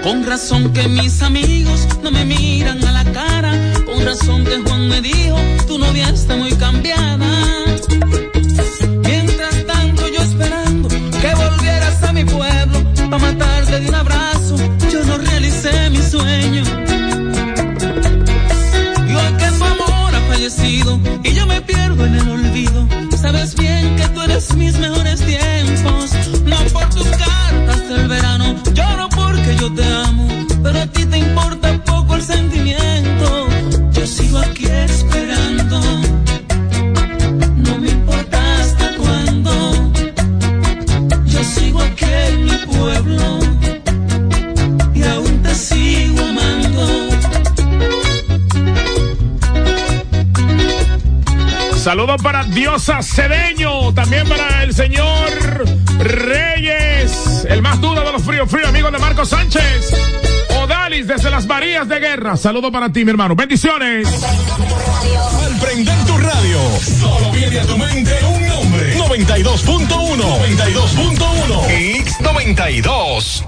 Con razón que mis amigos no me miran a la cara, con razón que Juan me dijo, tu novia está muy cambiada. Mientras tanto yo esperando que volvieras a mi pueblo, pa' matarte de un abrazo, yo no realicé mi sueño. Y hoy que tu amor ha fallecido y yo me pierdo en el olvido, sabes bien que tú eres mis mejores tiempos. No por tus cartas del verano, lloro porque yo te amo, pero a ti te importa poco el sentimiento. Yo sigo aquí esperando, no me importa hasta cuándo. Yo sigo aquí en mi pueblo y aún te sigo amando. Saludos para Diosa Cedeño, también para el señor Reyes, el más duro de los fríos, amigo de Marco Sánchez. Odalis desde las Marías de Guerra. Saludos para ti, mi hermano. Bendiciones. Al prender tu radio, solo viene a tu mente un nombre. 92.1. 92.1. X92.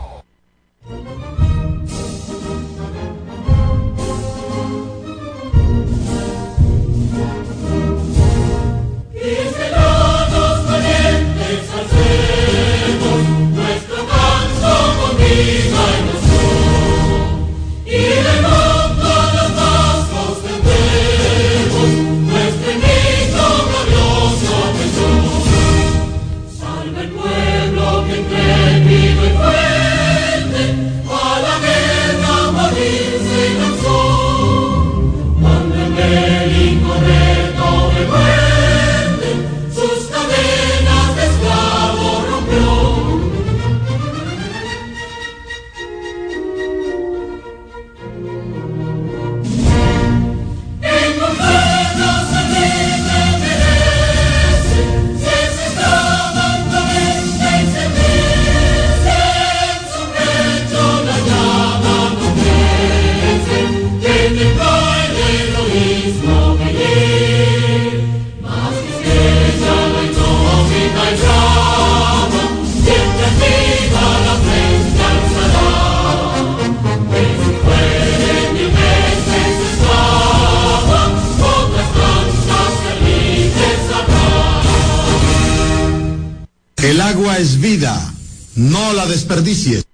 El agua es vida, no la desperdicies.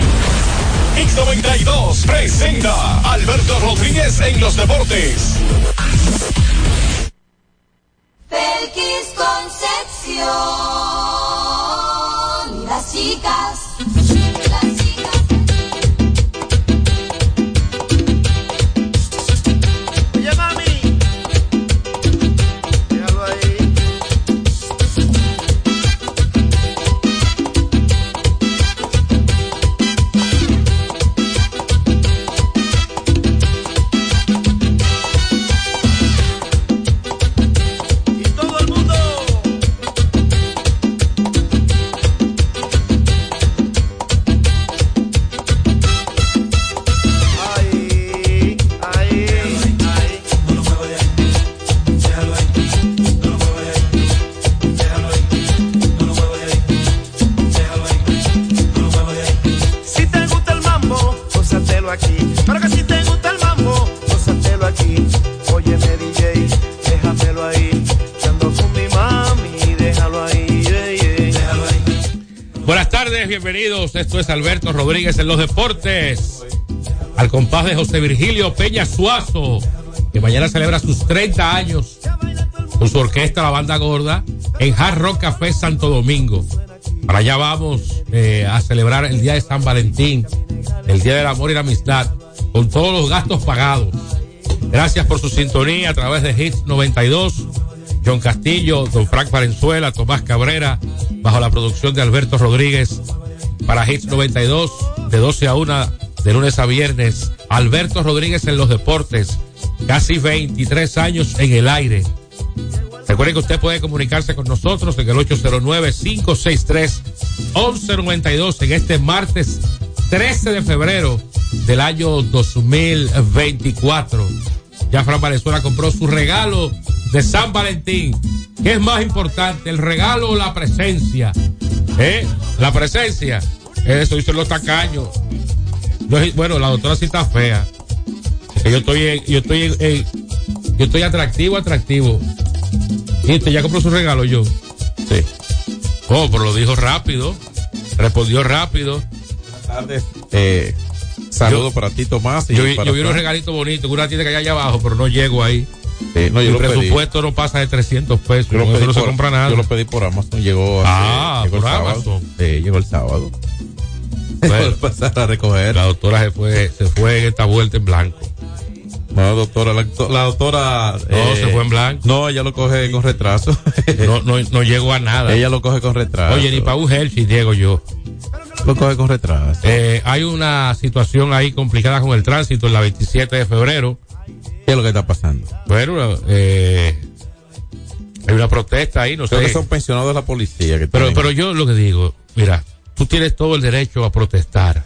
X92 presenta Alberto Rodríguez en los deportes. Pelquis Concepción y las chicas. Oye, mami, déjalo ahí. Bienvenidos, esto es Alberto Rodríguez en los deportes, al compás de José Virgilio Peña Suazo, que mañana celebra sus 30 años con su orquesta La Banda Gorda en Hard Rock Café Santo Domingo. Para allá vamos a celebrar el día de San Valentín, el día del amor y la amistad, con todos los gastos pagados. Gracias por su sintonía a través de Hits 92, John Castillo, Don Frank Valenzuela, Tomás Cabrera, bajo la producción de Alberto Rodríguez. Para Hits 92, de 12 a 1, de lunes a viernes, Alberto Rodríguez en los deportes, casi 23 años en el aire. Recuerden que usted puede comunicarse con nosotros en el 809-563-1192 en este martes 13 de febrero del año 2024. Ya Fran Valenzuela compró su regalo de San Valentín. ¿Qué es más importante, el regalo o la presencia? La presencia. Eso dicen los tacaños. Bueno, la doctora sí está fea. Yo estoy atractivo. Y usted ya compró su regalo, yo. Sí. Oh, pero lo dijo rápido. Respondió rápido. Buenas tardes. Saludos para ti, Tomás. Yo vi unos regalitos bonitos, una tienda que hay allá abajo, pero no llego ahí. No, el presupuesto no pasa de 300 pesos. No se compra nada. Yo lo pedí por Amazon. Llegó por el Amazon. Sábado. Llegó el sábado. Bueno, pasar a recoger. La doctora se fue en esta vuelta en blanco. No, doctora, la doctora. No, se fue en blanco. No, ella lo coge con retraso. no llegó a nada. Ella lo coge con retraso. Oye, ni para un Hershey, Diego, yo. Lo coge con retraso. Hay una situación ahí complicada con el tránsito en la 27 de febrero. ¿Qué es lo que está pasando? Bueno, hay una protesta ahí, no Creo sé. que son pensionados de la policía. Pero yo lo que digo, mira, tú tienes todo el derecho a protestar,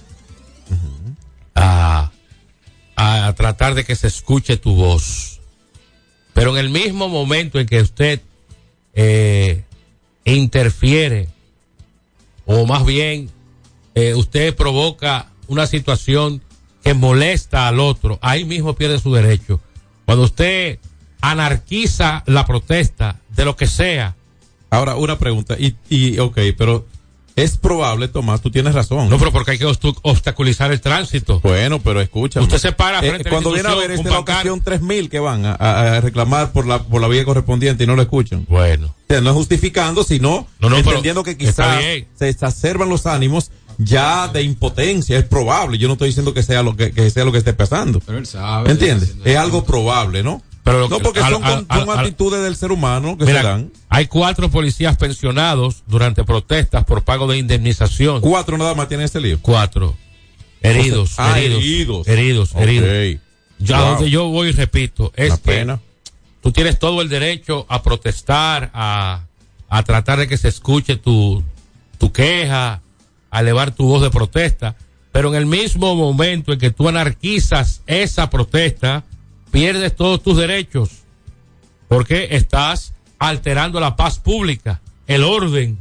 a tratar de que se escuche tu voz. Pero en el mismo momento en que usted interfiere, o más bien usted provoca una situación que molesta al otro, ahí mismo pierde su derecho. Cuando usted anarquiza la protesta de lo que sea. Ahora, una pregunta, ok, pero es probable, Tomás, tú tienes razón. No, pero porque hay que obstaculizar el tránsito. Bueno, pero escúchame. Usted se para frente cuando viene a ver esta la ocasión 3,000 que van a reclamar por la vía correspondiente y no lo escuchan. Bueno. O sea, no es justificando, sino entendiendo que quizás se exacerban los ánimos ya de impotencia. Es probable. Yo no estoy diciendo que sea lo que esté pasando. Pero él sabe. ¿Entiendes? Es algo probable, ¿no? Pero no, porque son actitudes del ser humano que se dan. Hay 4 policías pensionados durante protestas por pago de indemnización. 4 nada más tienen ese lío. 4 heridos. Okay. Ya donde yo voy y repito, es que tú tienes todo el derecho a protestar, a tratar de que se escuche tu queja, a elevar tu voz de protesta, pero en el mismo momento en que tú anarquizas esa protesta, pierdes todos tus derechos, porque estás alterando la paz pública, el orden.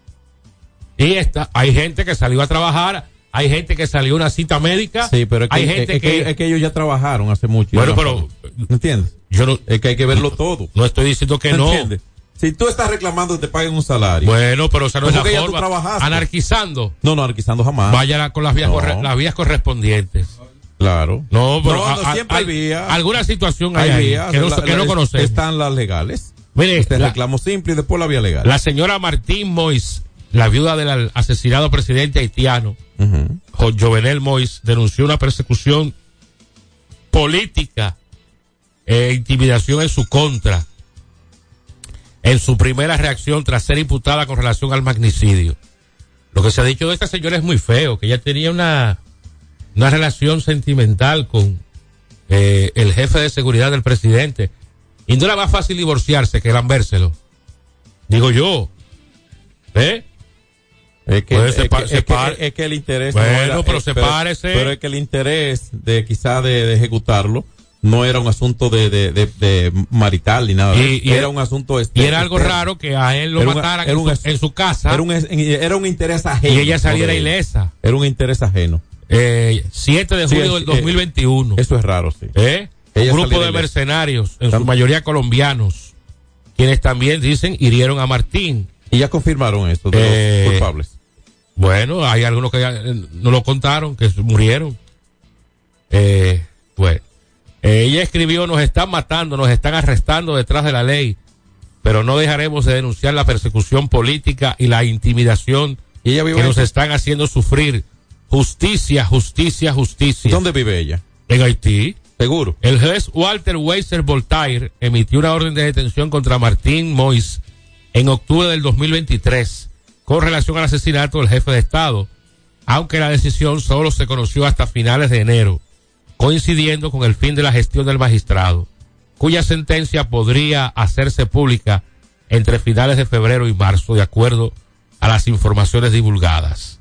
Y hay gente que salió a trabajar, hay gente que salió a una cita médica. Sí, pero es que ellos ya trabajaron hace mucho. Bueno, pero ¿entiendes? Es que hay que verlo todo. No estoy diciendo que no. ¿Entiendes? Si tú estás reclamando que te paguen un salario. Bueno, pero esa no es la forma. Anarquizando. No, anarquizando jamás. Vaya con las vías correspondientes. Claro. No, pero siempre hay vías. Alguna situación hay vías que no conocemos. Están las legales. Mire, reclamo simple y después la vía legal. La señora Martín Mois, la viuda del asesinado presidente haitiano, Jovenel Mois, denunció una persecución política e intimidación en su contra en su primera reacción tras ser imputada con relación al magnicidio. Lo que se ha dicho de esta señora es muy feo, que ella tenía una relación sentimental con el jefe de seguridad del presidente, y no era más fácil divorciarse que lambérselo, digo yo. Es que el interés bueno, no era, pero sepárese. Pero es que el interés de quizá de ejecutarlo no era un asunto de marital ni nada. Era un asunto y era algo raro que a él lo mataran en su casa. Era un interés ajeno. Y ella saliera ilesa. Era un interés ajeno. 7 de julio del 2021. Eso es raro, sí. Un grupo de mercenarios, en su mayoría colombianos, quienes también dicen hirieron a Martín. Y ya confirmaron esto de los culpables. Bueno, hay algunos que ya no lo contaron, que murieron. Bueno. Ella escribió: nos están matando, nos están arrestando detrás de la ley, pero no dejaremos de denunciar la persecución política y la intimidación que nos están haciendo sufrir. Justicia, justicia, justicia. ¿Dónde vive ella? En Haití. Seguro. El juez Walter Weiser Voltaire emitió una orden de detención contra Martín Mois en octubre del 2023 con relación al asesinato del jefe de Estado, aunque la decisión solo se conoció hasta finales de enero, coincidiendo con el fin de la gestión del magistrado, cuya sentencia podría hacerse pública entre finales de febrero y marzo, de acuerdo a las informaciones divulgadas.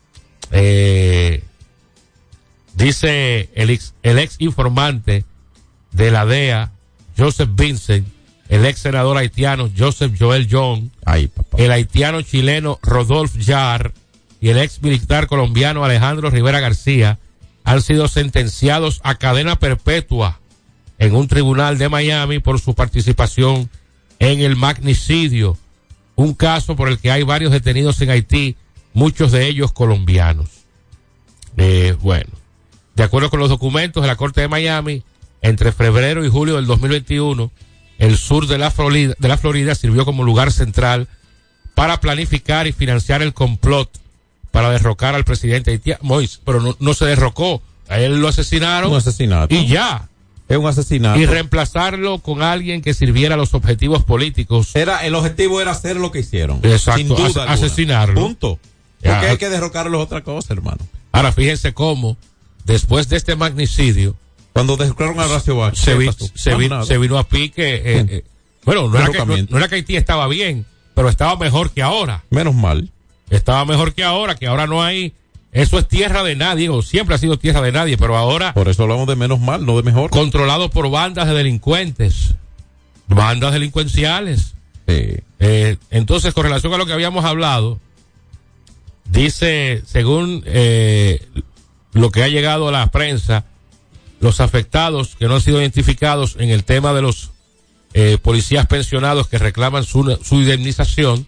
Dice el ex informante de la DEA, Joseph Vincent, el ex senador haitiano Joseph Joel John, el haitiano chileno Rodolphe Jarre y el ex militar colombiano Alejandro Rivera García han sido sentenciados a cadena perpetua en un tribunal de Miami por su participación en el magnicidio, un caso por el que hay varios detenidos en Haití, muchos de ellos colombianos. Bueno, de acuerdo con los documentos de la Corte de Miami, entre febrero y julio del 2021, el sur de la Florida sirvió como lugar central para planificar y financiar el complot para derrocar al presidente haitiano, Moïse, pero no se derrocó, a él lo asesinaron. Un asesinato. Y ya. Es un asesinato. Y reemplazarlo con alguien que sirviera a los objetivos políticos. El objetivo era hacer lo que hicieron. Exacto. Sin duda asesinarlo. Punto. Porque hay que derrocarlo es otra cosa, hermano. Ahora, fíjense cómo, después de este magnicidio, cuando derrocaron a Horacio Bach, se vino a pique. Bueno, no era que Haití estaba bien, pero estaba mejor que ahora. Menos mal. Estaba mejor que ahora no hay. Eso es tierra de nadie, o siempre ha sido tierra de nadie, pero ahora. Por eso hablamos de menos mal, no de mejor. Controlado por bandas de delincuentes, bandas delincuenciales. Sí. Entonces, con relación a lo que habíamos hablado, dice, según lo que ha llegado a la prensa, los afectados que no han sido identificados en el tema de los policías pensionados que reclaman su indemnización,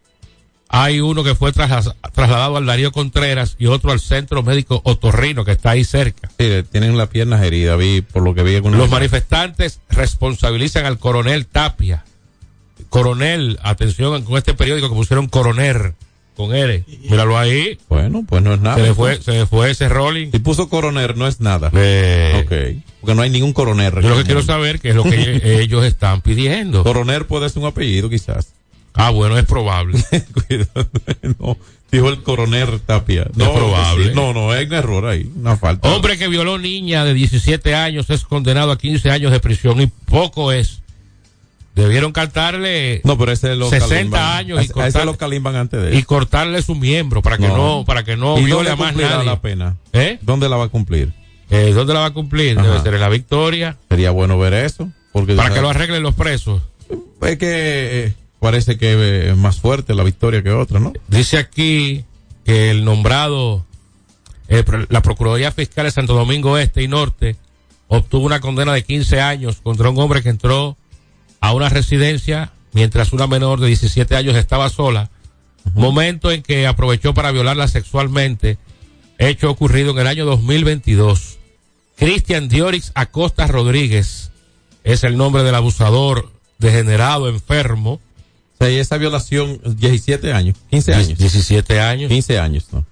hay uno que fue trasladado al Darío Contreras y otro al Centro Médico Otorrino, que está ahí cerca. Sí, tienen las piernas heridas, por lo que vi. Los manifestantes responsabilizan al coronel Tapia. Coronel, atención con este periódico que pusieron coronel, con R. Míralo ahí. Bueno, pues no es nada. Se le fue ese rolling. Si puso coronel, no es nada. Ok. Porque no hay ningún coronel. Yo lo que quiero saber que es lo que ellos están pidiendo. Coronel puede ser un apellido, quizás. Ah, bueno, es probable. Cuidado, no, dijo el coronel Tapia. No, es probable. Sí. No, hay un error ahí, una falta. Hombre que violó niña de 17 años es condenado a 15 años de prisión y poco es. Debieron cantarle pero ese lo 60 calimban. años y ese lo calimban antes de él. Y cortarle su miembro para que no viole a más nadie. La pena? ¿Dónde la va a cumplir? ¿Dónde la va a cumplir? Ajá. Debe ser en La Victoria. Sería bueno ver eso. Porque para que lo arreglen los presos. Es que parece que es más fuerte La Victoria que otra, ¿no? Dice aquí que el nombrado, la Procuraduría Fiscal de Santo Domingo Este y Norte obtuvo una condena de 15 años contra un hombre que entró a una residencia mientras una menor de 17 años estaba sola, momento en que aprovechó para violarla sexualmente, hecho ocurrido en el año 2022. Cristian Diorix Acosta Rodríguez es el nombre del abusador degenerado, enfermo. O sea, y esa violación, 17 años, 15 años. 17 años. 15 años, ¿no?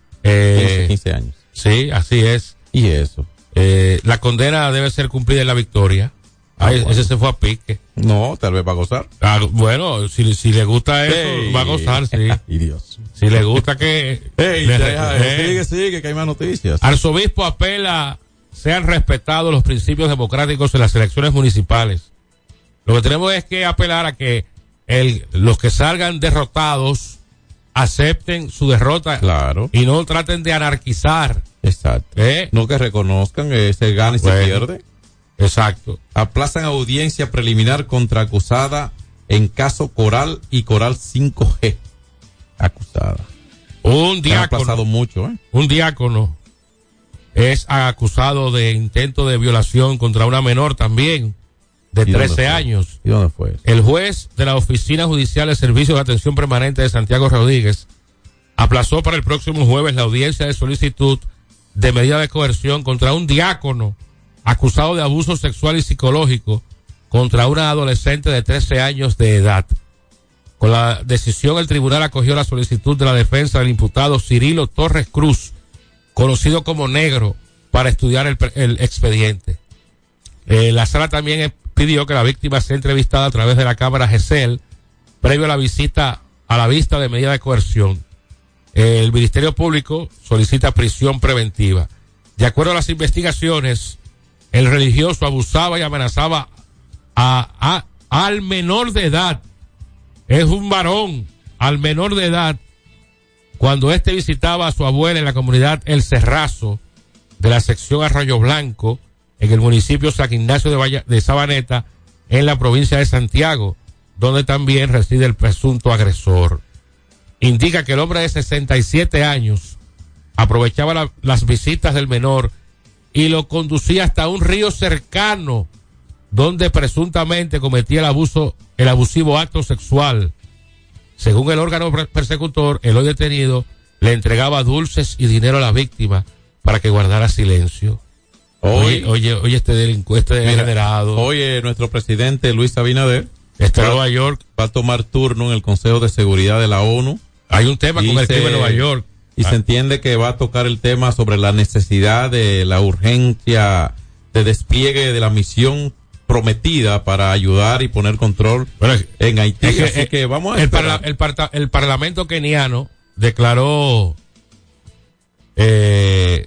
15 años. Sí, así es. ¿Y eso? La condena debe ser cumplida en La Victoria. Bueno. Ese se fue a pique. No, tal vez va a gozar. Bueno, si le gusta eso, va a gozar, sí. Y Dios. Si le gusta que... Sigue, que hay más noticias. Arzobispo apela, sean respetados los principios democráticos en las elecciones municipales. Lo que tenemos es que apelar a que los que salgan derrotados acepten su derrota. Claro. Y no traten de anarquizar. Exacto. No que reconozcan que se gana y se pierde. Exacto. Aplazan audiencia preliminar contra acusada en caso Coral y Coral 5G. Acusada. Un diácono. Ha aplazado mucho, Un diácono es acusado de intento de violación contra una menor también de 13 años. ¿Y dónde fue eso? El juez de la Oficina Judicial de Servicio de Atención Permanente de Santiago Rodríguez aplazó para el próximo jueves la audiencia de solicitud de medida de coerción contra un diácono acusado de abuso sexual y psicológico contra una adolescente de 13 años de edad. Con la decisión, el tribunal acogió la solicitud de la defensa del imputado Cirilo Torres Cruz, conocido como Negro, para estudiar el expediente. La sala también pidió que la víctima sea entrevistada a través de la cámara GESEL previo a la vista de medida de coerción. El Ministerio Público solicita prisión preventiva. De acuerdo a las investigaciones, el religioso abusaba y amenazaba al menor de edad. Es un varón, al menor de edad, cuando éste visitaba a su abuela en la comunidad El Cerrazo de la sección Arroyo Blanco, en el municipio San Ignacio de Sabaneta, en la provincia de Santiago, donde también reside el presunto agresor. Indica que el hombre de 67 años aprovechaba las visitas del menor y lo conducía hasta un río cercano donde presuntamente cometía el abusivo acto sexual. Según el órgano persecutor, el hoy detenido le entregaba dulces y dinero a la víctima para que guardara silencio. Oye, este degenerado. Oye, nuestro presidente Luis Abinader está en Nueva York. Va a tomar turno en el Consejo de Seguridad de la ONU. Hay un tema con el crimen en Nueva York. Y se entiende que va a tocar el tema sobre la necesidad de la urgencia de despliegue de la misión prometida para ayudar y poner control en Haití. Así que vamos a esperar. El Parlamento keniano declaró que,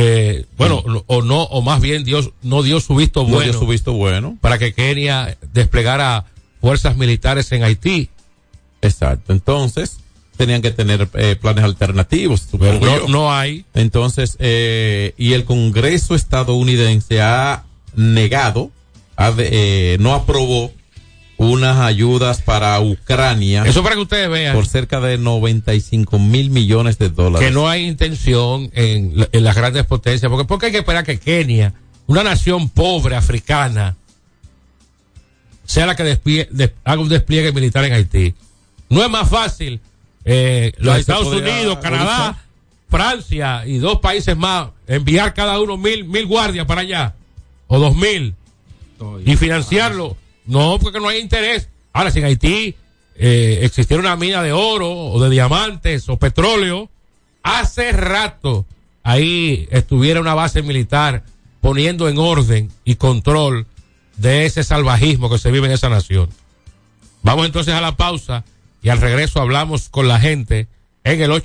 o más bien no dio su visto bueno para que Kenia desplegara fuerzas militares en Haití. Exacto. Entonces, tenían que tener planes alternativos. No hay. Entonces, y el Congreso estadounidense ha negado, no aprobó unas ayudas para Ucrania. Eso para que ustedes vean. Por cerca de 95 mil millones de dólares. Que no hay intención en las grandes potencias. Porque hay que esperar que Kenia, una nación pobre africana, sea la que haga un despliegue militar en Haití. No es más fácil los Estados Unidos, Canadá, Francia y 2 países más enviar cada uno mil guardias para allá o 2,000 y financiarlo. No, porque no hay interés. Ahora, si en Haití existiera una mina de oro o de diamantes o petróleo, hace rato ahí estuviera una base militar poniendo en orden y control de ese salvajismo que se vive en esa nación. Vamos entonces a la pausa y al regreso hablamos con la gente en el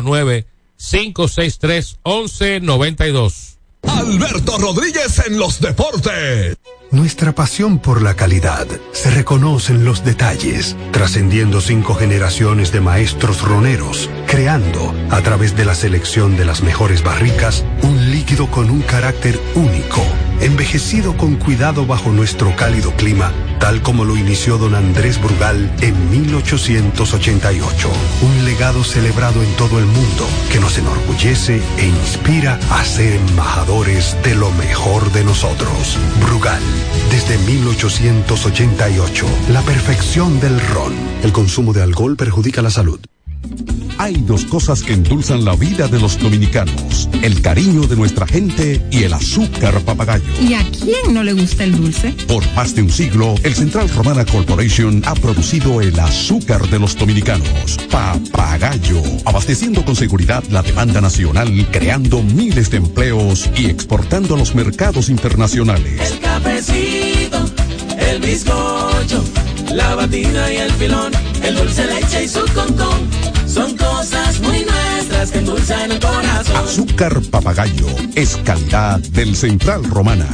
809-563-1192. Alberto Rodríguez en los deportes. Nuestra pasión por la calidad se reconoce en los detalles, trascendiendo 5 generaciones de maestros roneros, creando, a través de la selección de las mejores barricas, un líquido con un carácter único, envejecido con cuidado bajo nuestro cálido clima, tal como lo inició don Andrés Brugal en 1888. Un legado celebrado en todo el mundo que nos enorgullece e inspira a ser embajadores de lo mejor de nosotros. Brugal, desde 1888, la perfección del ron. El consumo de alcohol perjudica la salud. Hay 2 cosas que endulzan la vida de los dominicanos: el cariño de nuestra gente y el azúcar papagayo. ¿Y a quién no le gusta el dulce? Por más de un siglo, el Central Romana Corporation ha producido el azúcar de los dominicanos, Papagayo, abasteciendo con seguridad la demanda nacional, creando miles de empleos y exportando a los mercados internacionales. El cafecito, el bizcocho, la batida y el filón, el dulce leche y su concón, son cosas muy nuestras que endulzan el corazón. Azúcar Papagayo es calidad del Central Romana.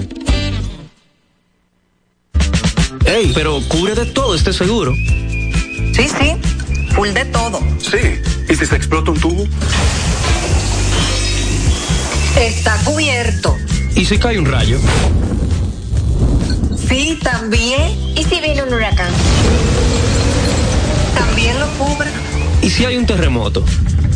Ey, pero cubre de todo este seguro. Sí, full de todo. Sí, ¿y si se explota un tubo? Está cubierto. ¿Y si cae un rayo? Sí, también. ¿Y si viene un huracán? También lo cubre. ¿Y si hay un terremoto?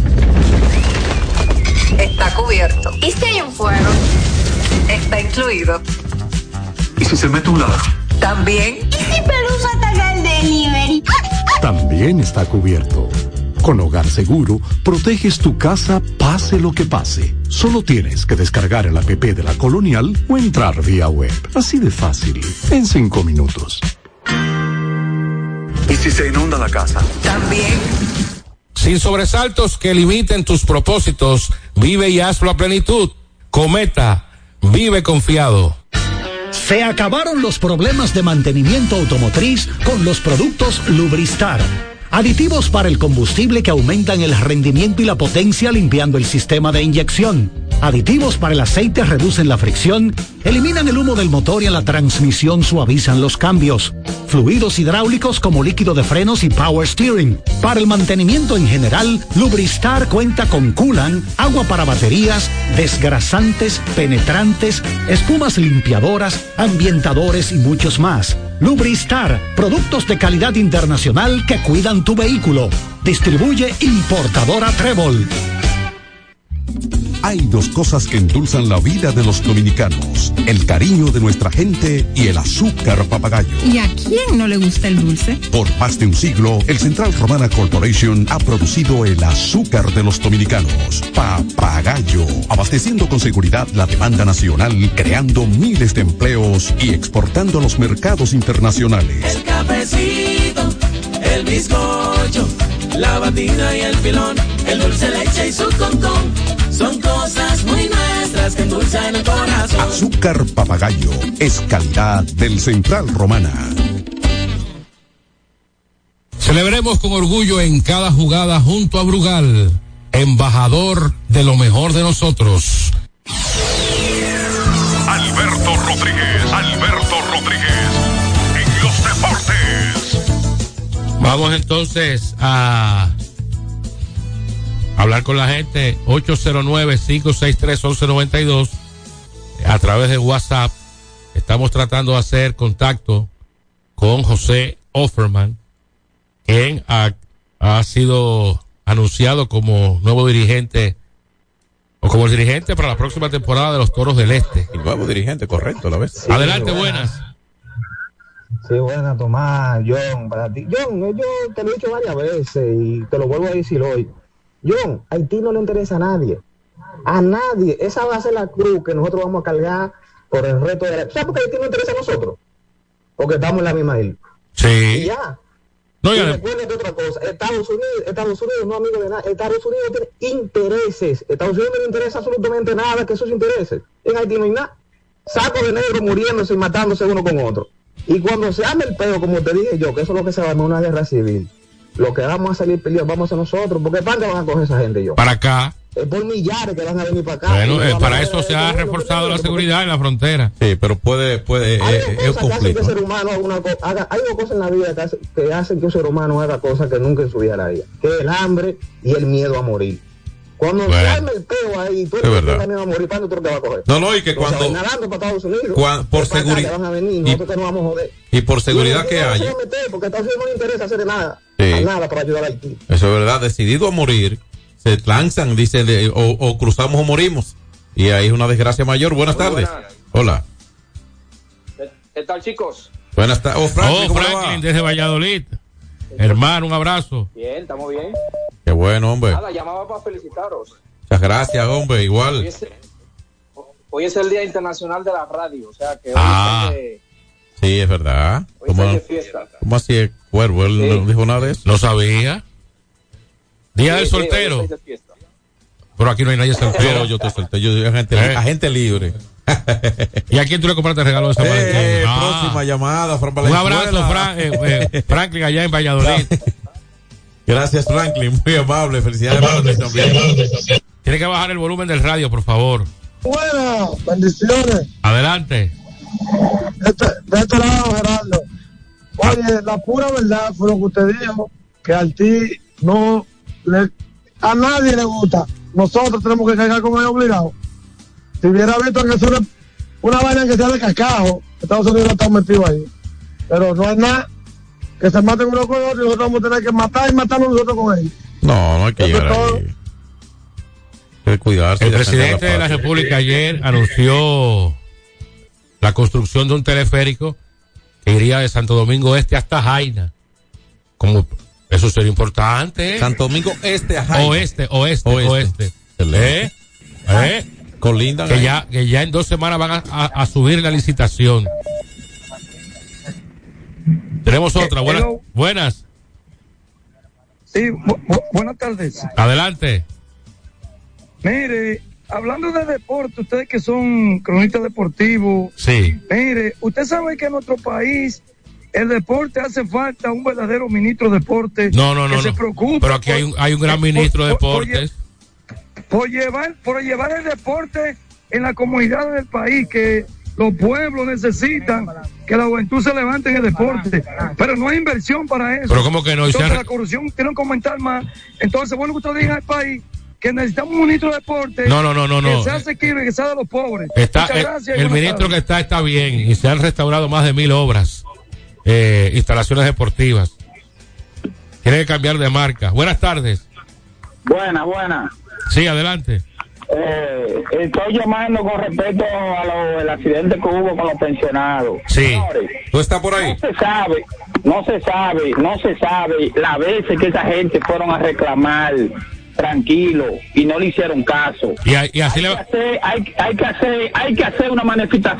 Está cubierto. ¿Y si hay un fuego? Está incluido. ¿Y si se mete un ladrón? También. ¿Y si Pelusa ataca el delivery? También está cubierto. Con Hogar Seguro, proteges tu casa pase lo que pase. Solo tienes que descargar el app de la Colonial o entrar vía web. Así de fácil, en 5 minutos. ¿Y si se inunda la casa? También. Sin sobresaltos que limiten tus propósitos, vive y hazlo a plenitud. Cometa, vive confiado. Se acabaron los problemas de mantenimiento automotriz con los productos Lubristar. Aditivos para el combustible que aumentan el rendimiento y la potencia limpiando el sistema de inyección. Aditivos para el aceite reducen la fricción, eliminan el humo del motor y en la transmisión suavizan los cambios. Fluidos hidráulicos como líquido de frenos y power steering. Para el mantenimiento en general, Lubristar cuenta con coolant, agua para baterías, desgrasantes, penetrantes, espumas limpiadoras, ambientadores y muchos más. Lubristar, productos de calidad internacional que cuidan tu vehículo. Distribuye importadora Trébol. Hay dos cosas que endulzan la vida de los dominicanos: el cariño de nuestra gente y el azúcar Papagayo. ¿Y a quién no le gusta el dulce? Por más de un siglo, el Central Romana Corporation ha producido el azúcar de los dominicanos, Papagayo, abasteciendo con seguridad la demanda nacional, creando miles de empleos y exportando a los mercados internacionales. El cafecito, el bizcocho, la batida y el pilón, el dulce leche y su concón, son cosas muy nuestras que endulzan el corazón. Azúcar Papagayo es calidad del Central Romana. Celebremos con orgullo en cada jugada junto a Brugal, embajador de lo mejor de nosotros. Alberto Rodríguez, en los deportes. Vamos entonces a hablar con la gente. 809-563-1192 a través de WhatsApp. Estamos tratando de hacer contacto con José Offerman, quien ha sido anunciado como nuevo dirigente o como el dirigente para la próxima temporada de los Toros del Este. El nuevo dirigente, correcto, ¿la ves? Sí, adelante, buenas. Sí, buenas, Tomás, John, para ti. John, yo te lo he dicho varias veces y te lo vuelvo a decir hoy. John, a Haití no le interesa a nadie. A nadie. Esa va a ser la cruz que nosotros vamos a cargar por el resto de la... ¿Sabes por qué a Haití no interesa a nosotros? Porque estamos en la misma isla. Sí. Y ya. No, y recuerden de otra cosa, Estados Unidos no amigo de nada, Estados Unidos tiene intereses, Estados Unidos no le interesa absolutamente nada que esos intereses, en Haití no hay nada, saco de negro muriéndose y matándose uno con otro, y cuando se arme el peo, como te dije yo, que eso es lo que se va a armar una guerra civil, lo que vamos a salir peleados vamos a ser nosotros, porque ¿para dónde van a coger esa gente yo? Para acá. Es por millares que van a venir para acá. Bueno, para eso se ha reforzado la seguridad en la frontera. Sí, pero puede es un conflicto. Hay dos cosas en la vida que hacen que un ser humano haga cosas que nunca en su vida haría, que es el hambre y el miedo a morir. Cuando se arme el peo ahí, tú eres el miedo a morir, ¿para dónde tú te vas a coger? No, y que cuando... nadando para Estados Unidos. Por seguridad... Van a venir, nosotros que nos vamos a joder. Y por seguridad que haya. Porque a Estados Unidos no le interesa hacer nada. Sí. Nada para ayudar a Haití. Eso es verdad, decidido a morir, se lanzan, dicen, o cruzamos o morimos. Y ahí es una desgracia mayor. Buenas tardes. Hola. ¿Qué tal, chicos? Buenas tardes. Franklin desde Valladolid. Hermano, un abrazo. Bien, estamos bien. Qué bueno, hombre. Nada, llamaba para felicitaros. Muchas gracias, hombre, igual. Hoy es el Día Internacional de la Radio, o sea que hoy sí, es verdad. Hoy está de fiesta. ¿Cómo así el cuervo? Él no dijo nada de eso. No sabía. Día del soltero. Pero aquí no hay nadie soltero. Yo estoy soltero. Yo soy agente libre. ¿Y a quién tú le compraste el regalo de San Valentín? Próxima llamada, Fran Un abrazo, Franklin, allá en Valladolid. Gracias, Franklin. Muy amable. Felicidades para ti también. Tiene que bajar el volumen del radio, por favor. Bueno, bendiciones. Adelante. De este lado, Gerardo. Oye, la pura verdad fue lo que usted dijo, que a Haití a nadie le gusta. Nosotros tenemos que cargar con ellos obligados. Si hubiera visto que es una vaina que sea de cacajo, Estados Unidos está metido ahí. Pero no es nada. Que se maten uno con otro y nosotros vamos a tener que matar y matarnos nosotros con ellos. No hay que llegar ahí. Hay que cuidarse. El presidente de la República ayer anunció la construcción de un teleférico que iría de Santo Domingo Este hasta Jaina. Como eso sería importante. Santo Domingo Este a Jaina. Oeste. Colindan que ya en 2 semanas van a subir la licitación. Tenemos otra. Buenas. Sí, buenas tardes. Adelante. Mire, hablando de deporte, ustedes que son cronistas deportivos. Sí. Mire, usted sabe que en nuestro país el deporte hace falta un verdadero ministro de deporte. No. Se preocupe. Pero aquí hay un gran ministro de deportes. Por llevar el deporte en la comunidad del país, que los pueblos necesitan que la juventud se levante en el deporte, pero no hay inversión para eso. Pero ¿cómo que no? Entonces la corrupción tiene que comentar más. Entonces, bueno, que usted diga al país que necesitamos un ministro de deporte. No. Que sea asequible, que sea de los pobres. Muchas gracias. El ministro que está bien, y se han restaurado más de 1,000 obras, instalaciones deportivas. Tiene que cambiar de marca. Buenas tardes. Buena. Sí, adelante. Estoy llamando con respecto al accidente que hubo con los pensionados. Sí. Señores, ¿Tú estás por ahí? No se sabe las veces que esa gente fueron a reclamar tranquilo y no le hicieron caso. Y así hay que hacer una manifestación.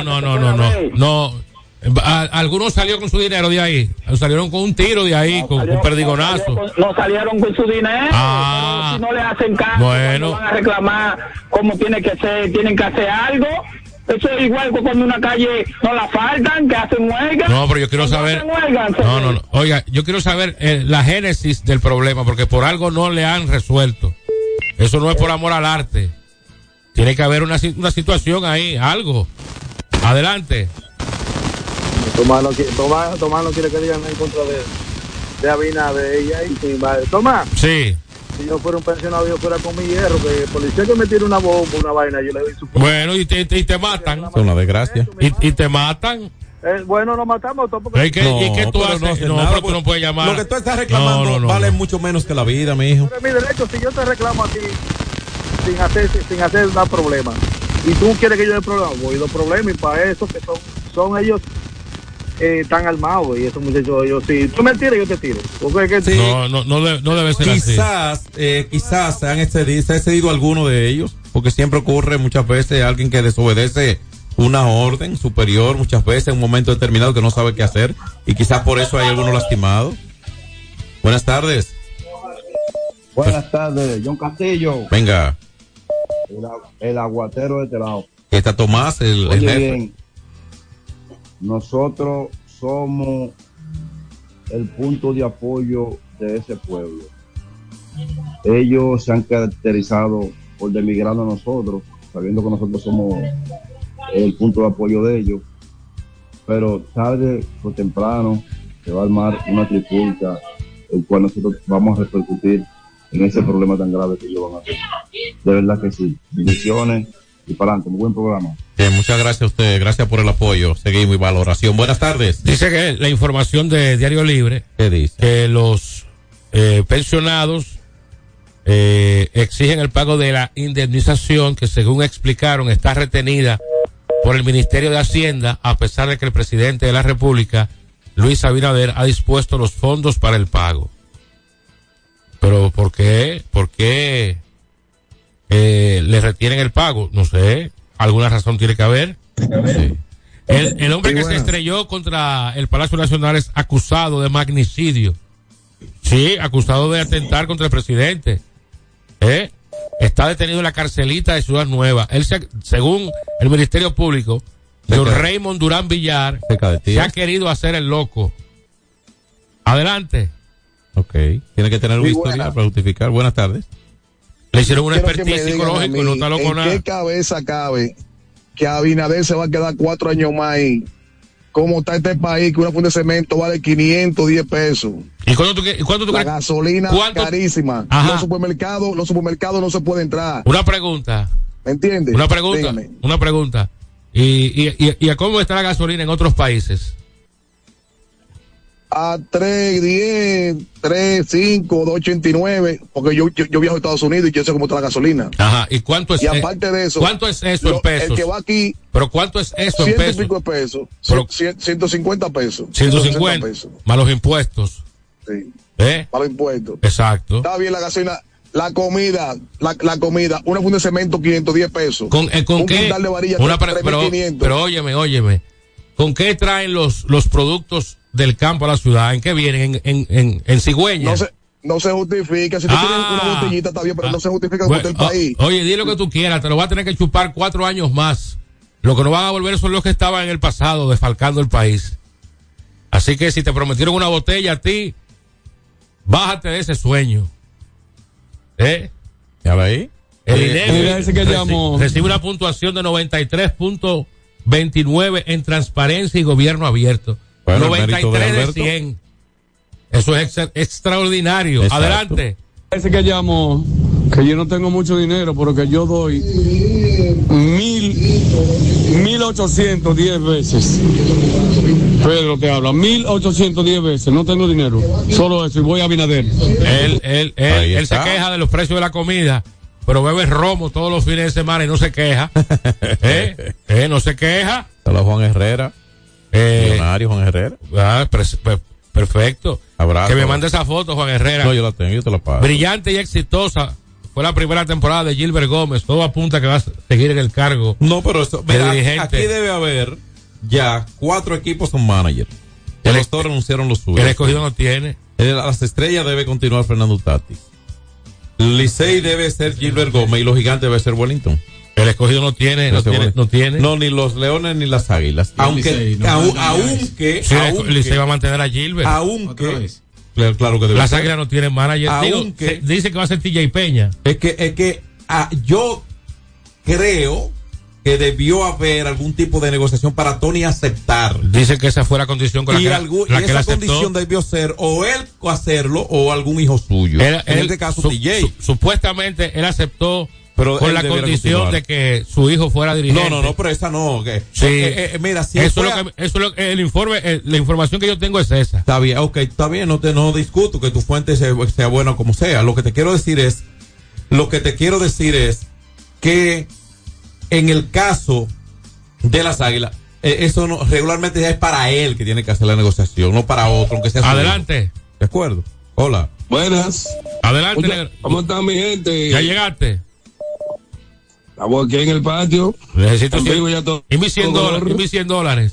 No. Algunos salieron con su dinero de ahí, salieron con un tiro de ahí, con un perdigonazo. No salieron con su dinero, pero si no le hacen caso, bueno, van a reclamar como tienen que hacer algo. Eso es igual que cuando una calle no la faltan, que hacen huelga. No, pero yo quiero saber. No. Oiga, yo quiero saber la génesis del problema, porque por algo no le han resuelto. Eso no es por amor al arte. Tiene que haber una situación ahí, algo. Adelante. Tomás no quiere que digan en contra de Abinader, ella y sin madre. Tomás. Sí. Si yo fuera un pensionado, yo fuera con mi hierro, que el policía que me tire una bomba, una vaina, yo le doy su... Bueno, y te matan. Es una desgracia. Y te matan. Bueno, nos matamos todos porque... ¿Y qué tú haces? No, pero tú no puedes llamar. Lo que tú estás reclamando vale mucho menos que la vida, mi hijo. Pero mi derecho, si yo te reclamo a ti sin hacer un problema, y tú quieres que yo dé problema, voy a dar problema, y para eso que son ellos... tan armados, y esos muchachos, ellos, si tú me tiras, yo te tiro. Sí. No debe ser así. Quizás se ha excedido alguno de ellos, porque siempre ocurre muchas veces alguien que desobedece una orden superior, muchas veces en un momento determinado que no sabe qué hacer, y quizás por eso hay algunos lastimados. Buenas tardes. Buenas tardes, John Castillo. Venga. El aguatero de este lado. Está Tomás, el jefe. Bien. Nosotros somos el punto de apoyo de ese pueblo. Ellos se han caracterizado por denigrar a nosotros, sabiendo que nosotros somos el punto de apoyo de ellos, pero tarde o temprano se va a armar una trifulca, el cual nosotros vamos a repercutir en ese problema tan grave que ellos van a tener. De verdad que sí. Bendiciones y para adelante, muy buen programa. Muchas gracias a usted, gracias por el apoyo, seguimos y valoración. Buenas tardes. Dice que la información de Diario Libre, ¿qué dice? Que los pensionados exigen el pago de la indemnización que, según explicaron, está retenida por el Ministerio de Hacienda, a pesar de que el presidente de la República, Luis Abinader, ha dispuesto los fondos para el pago. Pero ¿por qué? ¿Por qué le retienen el pago? No sé, alguna razón tiene que haber. Sí. El hombre que se estrelló contra el Palacio Nacional es acusado de magnicidio. Sí, acusado de atentar contra el presidente. Está detenido en la carcelita de Ciudad Nueva. Él, según el Ministerio Público, John Raymond Durán Villar, se ha querido hacer el loco. Adelante. Ok, tiene que tener un historial para justificar. Buenas tardes. Le hicieron un expertise psicológico y no está loco nada. ¿En qué cabeza cabe que Abinader se va a quedar 4 años más ahí? ¿Cómo está este país que una funda de cemento vale 510 pesos? ¿Y cuánto tú La crees? gasolina carísima. Ajá. Los supermercados no se puede entrar. Una pregunta. ¿Me entiendes? Una pregunta. Dígame. Una pregunta. ¿Y a cómo está la gasolina en otros países? A 3.10, 3.5, 2.89, porque yo viajo a Estados Unidos y yo sé cómo está la gasolina. Ajá, ¿y cuánto es? Y aparte de eso, ¿cuánto es eso en pesos? El que va aquí, ¿pero cuánto es eso en pesos? 100 y pico de pesos, 150 pesos. 150 pesos. Más los impuestos. Sí. Más los impuestos. Exacto. Está bien la gasolina. La comida, una funda de cemento 510 pesos. ¿Con un qué? quintal de varilla, pero óyeme. ¿Con qué traen los productos del campo a la ciudad? ¿En qué vienen? ¿En cigüeña? No se justifica. Si tú tienes una botellita está bien, pero no se justifica con el país. Oye, di lo que tú quieras, te lo vas a tener que chupar 4 años más. Lo que no van a volver son los que estaban en el pasado desfalcando el país. Así que si te prometieron una botella a ti, bájate de ese sueño. ¿Ya va ahí? El INEGI recibe una puntuación de 93.29 en transparencia y gobierno abierto. Bueno, 93 de 100. Eso es extraordinario. Exacto. Adelante. Ese que llamo, que yo no tengo mucho dinero, pero que yo doy 1,810 veces. Pedro te habla, 1,810 veces, no tengo dinero, solo eso, y voy a Abinader. Él se queja de los precios de la comida pero bebe romo todos los fines de semana y no se queja. No se queja. Hola, Juan Herrera. Millonario Juan Herrera. Perfecto. Abrazo. Que me mande esa foto, Juan Herrera. No, yo la tengo, yo te la pago. Brillante y exitosa. Fue la primera temporada de Gilbert Gómez. Todo apunta que va a seguir en el cargo. No, pero esto, mira, dirigente. Aquí debe haber ya 4 equipos con manager. Ya los Toros anunciaron los suyos. El Escogido no tiene. Las Estrellas debe continuar Fernando Tatis. Licey debe ser Gilbert Gómez y los Gigantes debe ser Wellington. El Escogido no tiene. No, ni los Leones ni las Águilas. Aunque Licey va a mantener a Gilbert. Aunque claro que debe las ser. Águilas no tienen manager. Dice que va a ser TJ Peña. Es que yo creo que debió haber algún tipo de negociación para Tony aceptar. Dice que esa fue la condición con la que él aceptó. Condición debió ser o él hacerlo o algún hijo suyo. En este caso, TJ. Supuestamente él aceptó, pero con la condición de que su hijo fuera dirigente. No, pero esa no. Mira, si eso es lo que el informe, la información que yo tengo es esa. Está bien, está bien, no discuto que tu fuente sea buena como sea. Lo que te quiero decir es que en el caso de las Águilas, eso no, regularmente ya es para él que tiene que hacer la negociación, no para otro, aunque sea su adelante. hijo. ¿De acuerdo? Hola. Buenas. Adelante, negro. ¿Cómo está mi gente? ¿Ya llegaste? Estamos aquí en el patio. Necesito y mis $100.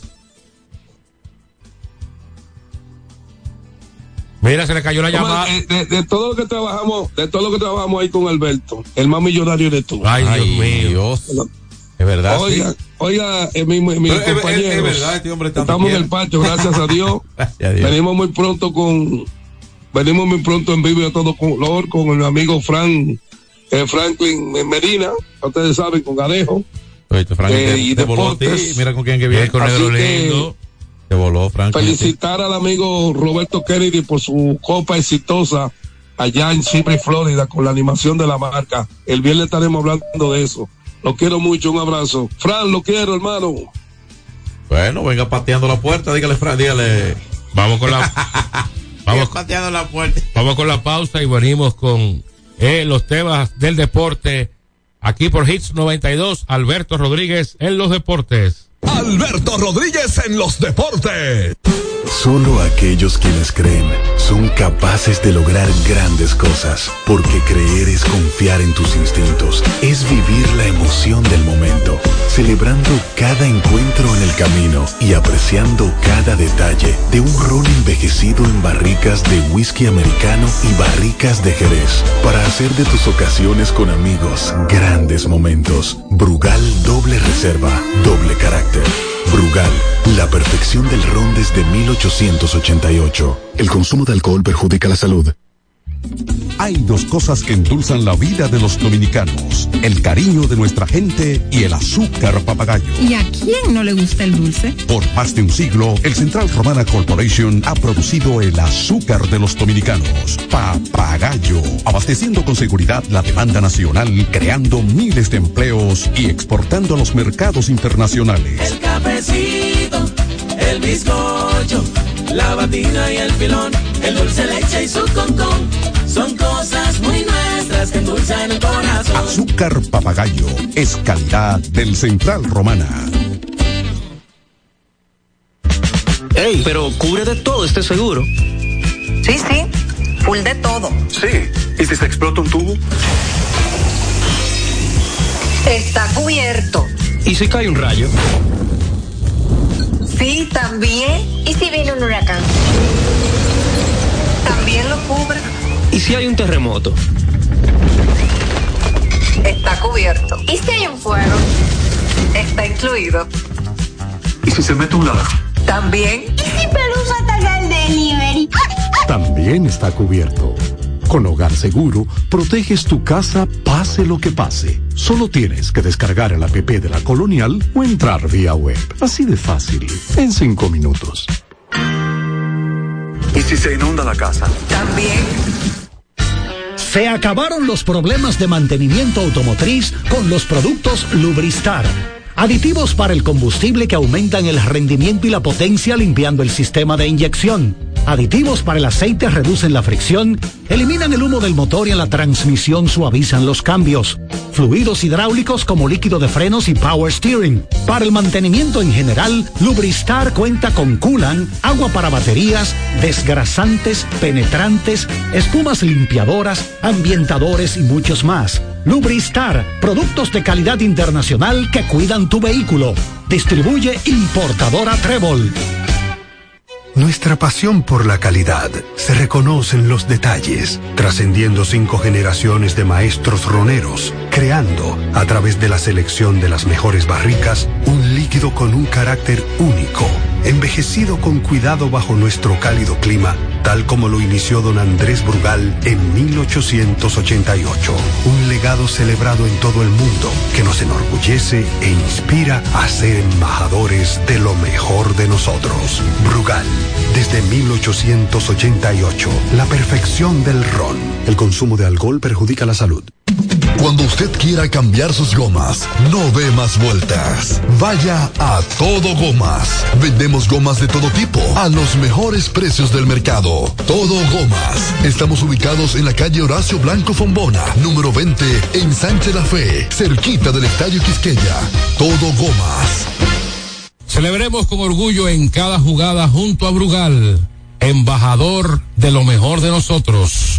Mira, se le cayó la llamada. De todo lo que trabajamos ahí con Alberto, el más millonario de tú. Ay, Dios mío. Es verdad. Oiga, mi compañero. Es verdad, este hombre estamos en el patio, gracias a Dios. Venimos muy pronto en vivo a todo color con el amigo Franklin Medina, ustedes saben, con Gadejo. Y te voló a ti, mira con quién que viene. Con Negro Lindo. Te voló, Franklin. Felicitar al amigo Roberto Kennedy por su copa exitosa allá en Chipre, Florida, con la animación de la marca. El viernes estaremos hablando de eso. Lo quiero mucho, un abrazo. Fran, lo quiero, hermano. Bueno, venga pateando la puerta, dígale, Fran, dígale. Vamos con la pateando la puerta. Vamos con la pausa y venimos con los temas del deporte. Aquí por Hits 92, Alberto Rodríguez en los deportes. Alberto Rodríguez en los deportes. Solo aquellos quienes creen son capaces de lograr grandes cosas, porque creer es confiar en tus instintos, es vivir la emoción del momento, celebrando cada encuentro en el camino y apreciando cada detalle de un ron envejecido en barricas de whisky americano y barricas de Jerez, para hacer de tus ocasiones con amigos grandes momentos. Brugal doble reserva, doble carácter. Brugal, la perfección del ron desde 1888. El consumo de alcohol perjudica la salud. Hay 2 cosas que endulzan la vida de los dominicanos: el cariño de nuestra gente y el azúcar papagayo. ¿Y a quién no le gusta el dulce? Por más de un siglo, el Central Romana Corporation ha producido el azúcar de los dominicanos, Papagayo, abasteciendo con seguridad la demanda nacional, creando miles de empleos y exportando a los mercados internacionales. El cafecito, el bizcocho, la batida y el pilón, el dulce leche y su concón, son cosas muy nuestras que endulzan el corazón. Azúcar Papagayo es calidad del Central Romana. Ey, pero cubre de todo este seguro. Sí, full de todo. Sí, ¿y si se explota un tubo? Está cubierto. ¿Y si cae un rayo? Sí, también. ¿Y si viene un huracán? También lo cubre. ¿Y si hay un terremoto? Está cubierto. ¿Y si hay un fuego? Está incluido. ¿Y si se mete un ladrón? También. ¿Y si Pelusa ataca el delivery? También está cubierto. Con Hogar Seguro, proteges tu casa pase lo que pase. Solo tienes que descargar el app de la Colonial o entrar vía web. Así de fácil, en 5 minutos. ¿Y si se inunda la casa? También. Se acabaron los problemas de mantenimiento automotriz con los productos Lubristar. Aditivos para el combustible que aumentan el rendimiento y la potencia limpiando el sistema de inyección. Aditivos para el aceite reducen la fricción, eliminan el humo del motor y en la transmisión suavizan los cambios. Fluidos hidráulicos como líquido de frenos y power steering. Para el mantenimiento en general, Lubristar cuenta con coolant, agua para baterías, desgrasantes, penetrantes, espumas limpiadoras, ambientadores y muchos más. Lubristar, productos de calidad internacional que cuidan tu vehículo. Distribuye importadora Trébol. Nuestra pasión por la calidad se reconoce en los detalles, trascendiendo 5 generaciones de maestros roneros, creando, a través de la selección de las mejores barricas, un líquido con un carácter único, envejecido con cuidado bajo nuestro cálido clima, tal como lo inició don Andrés Brugal en 1888. Un legado celebrado en todo el mundo que nos enorgullece e inspira a ser embajadores de lo mejor de nosotros. Brugal, desde 1888, la perfección del ron. El consumo de alcohol perjudica la salud. Cuando usted quiera cambiar sus gomas, no dé más vueltas. Vaya a Todo Gomas. Vendemos gomas de todo tipo a los mejores precios del mercado. Todo Gomas. Estamos ubicados en la calle Horacio Blanco Fombona, número 20, en Sánchez La Fe, cerquita del Estadio Quisqueya. Todo Gomas. Celebremos con orgullo en cada jugada junto a Brugal, embajador de lo mejor de nosotros.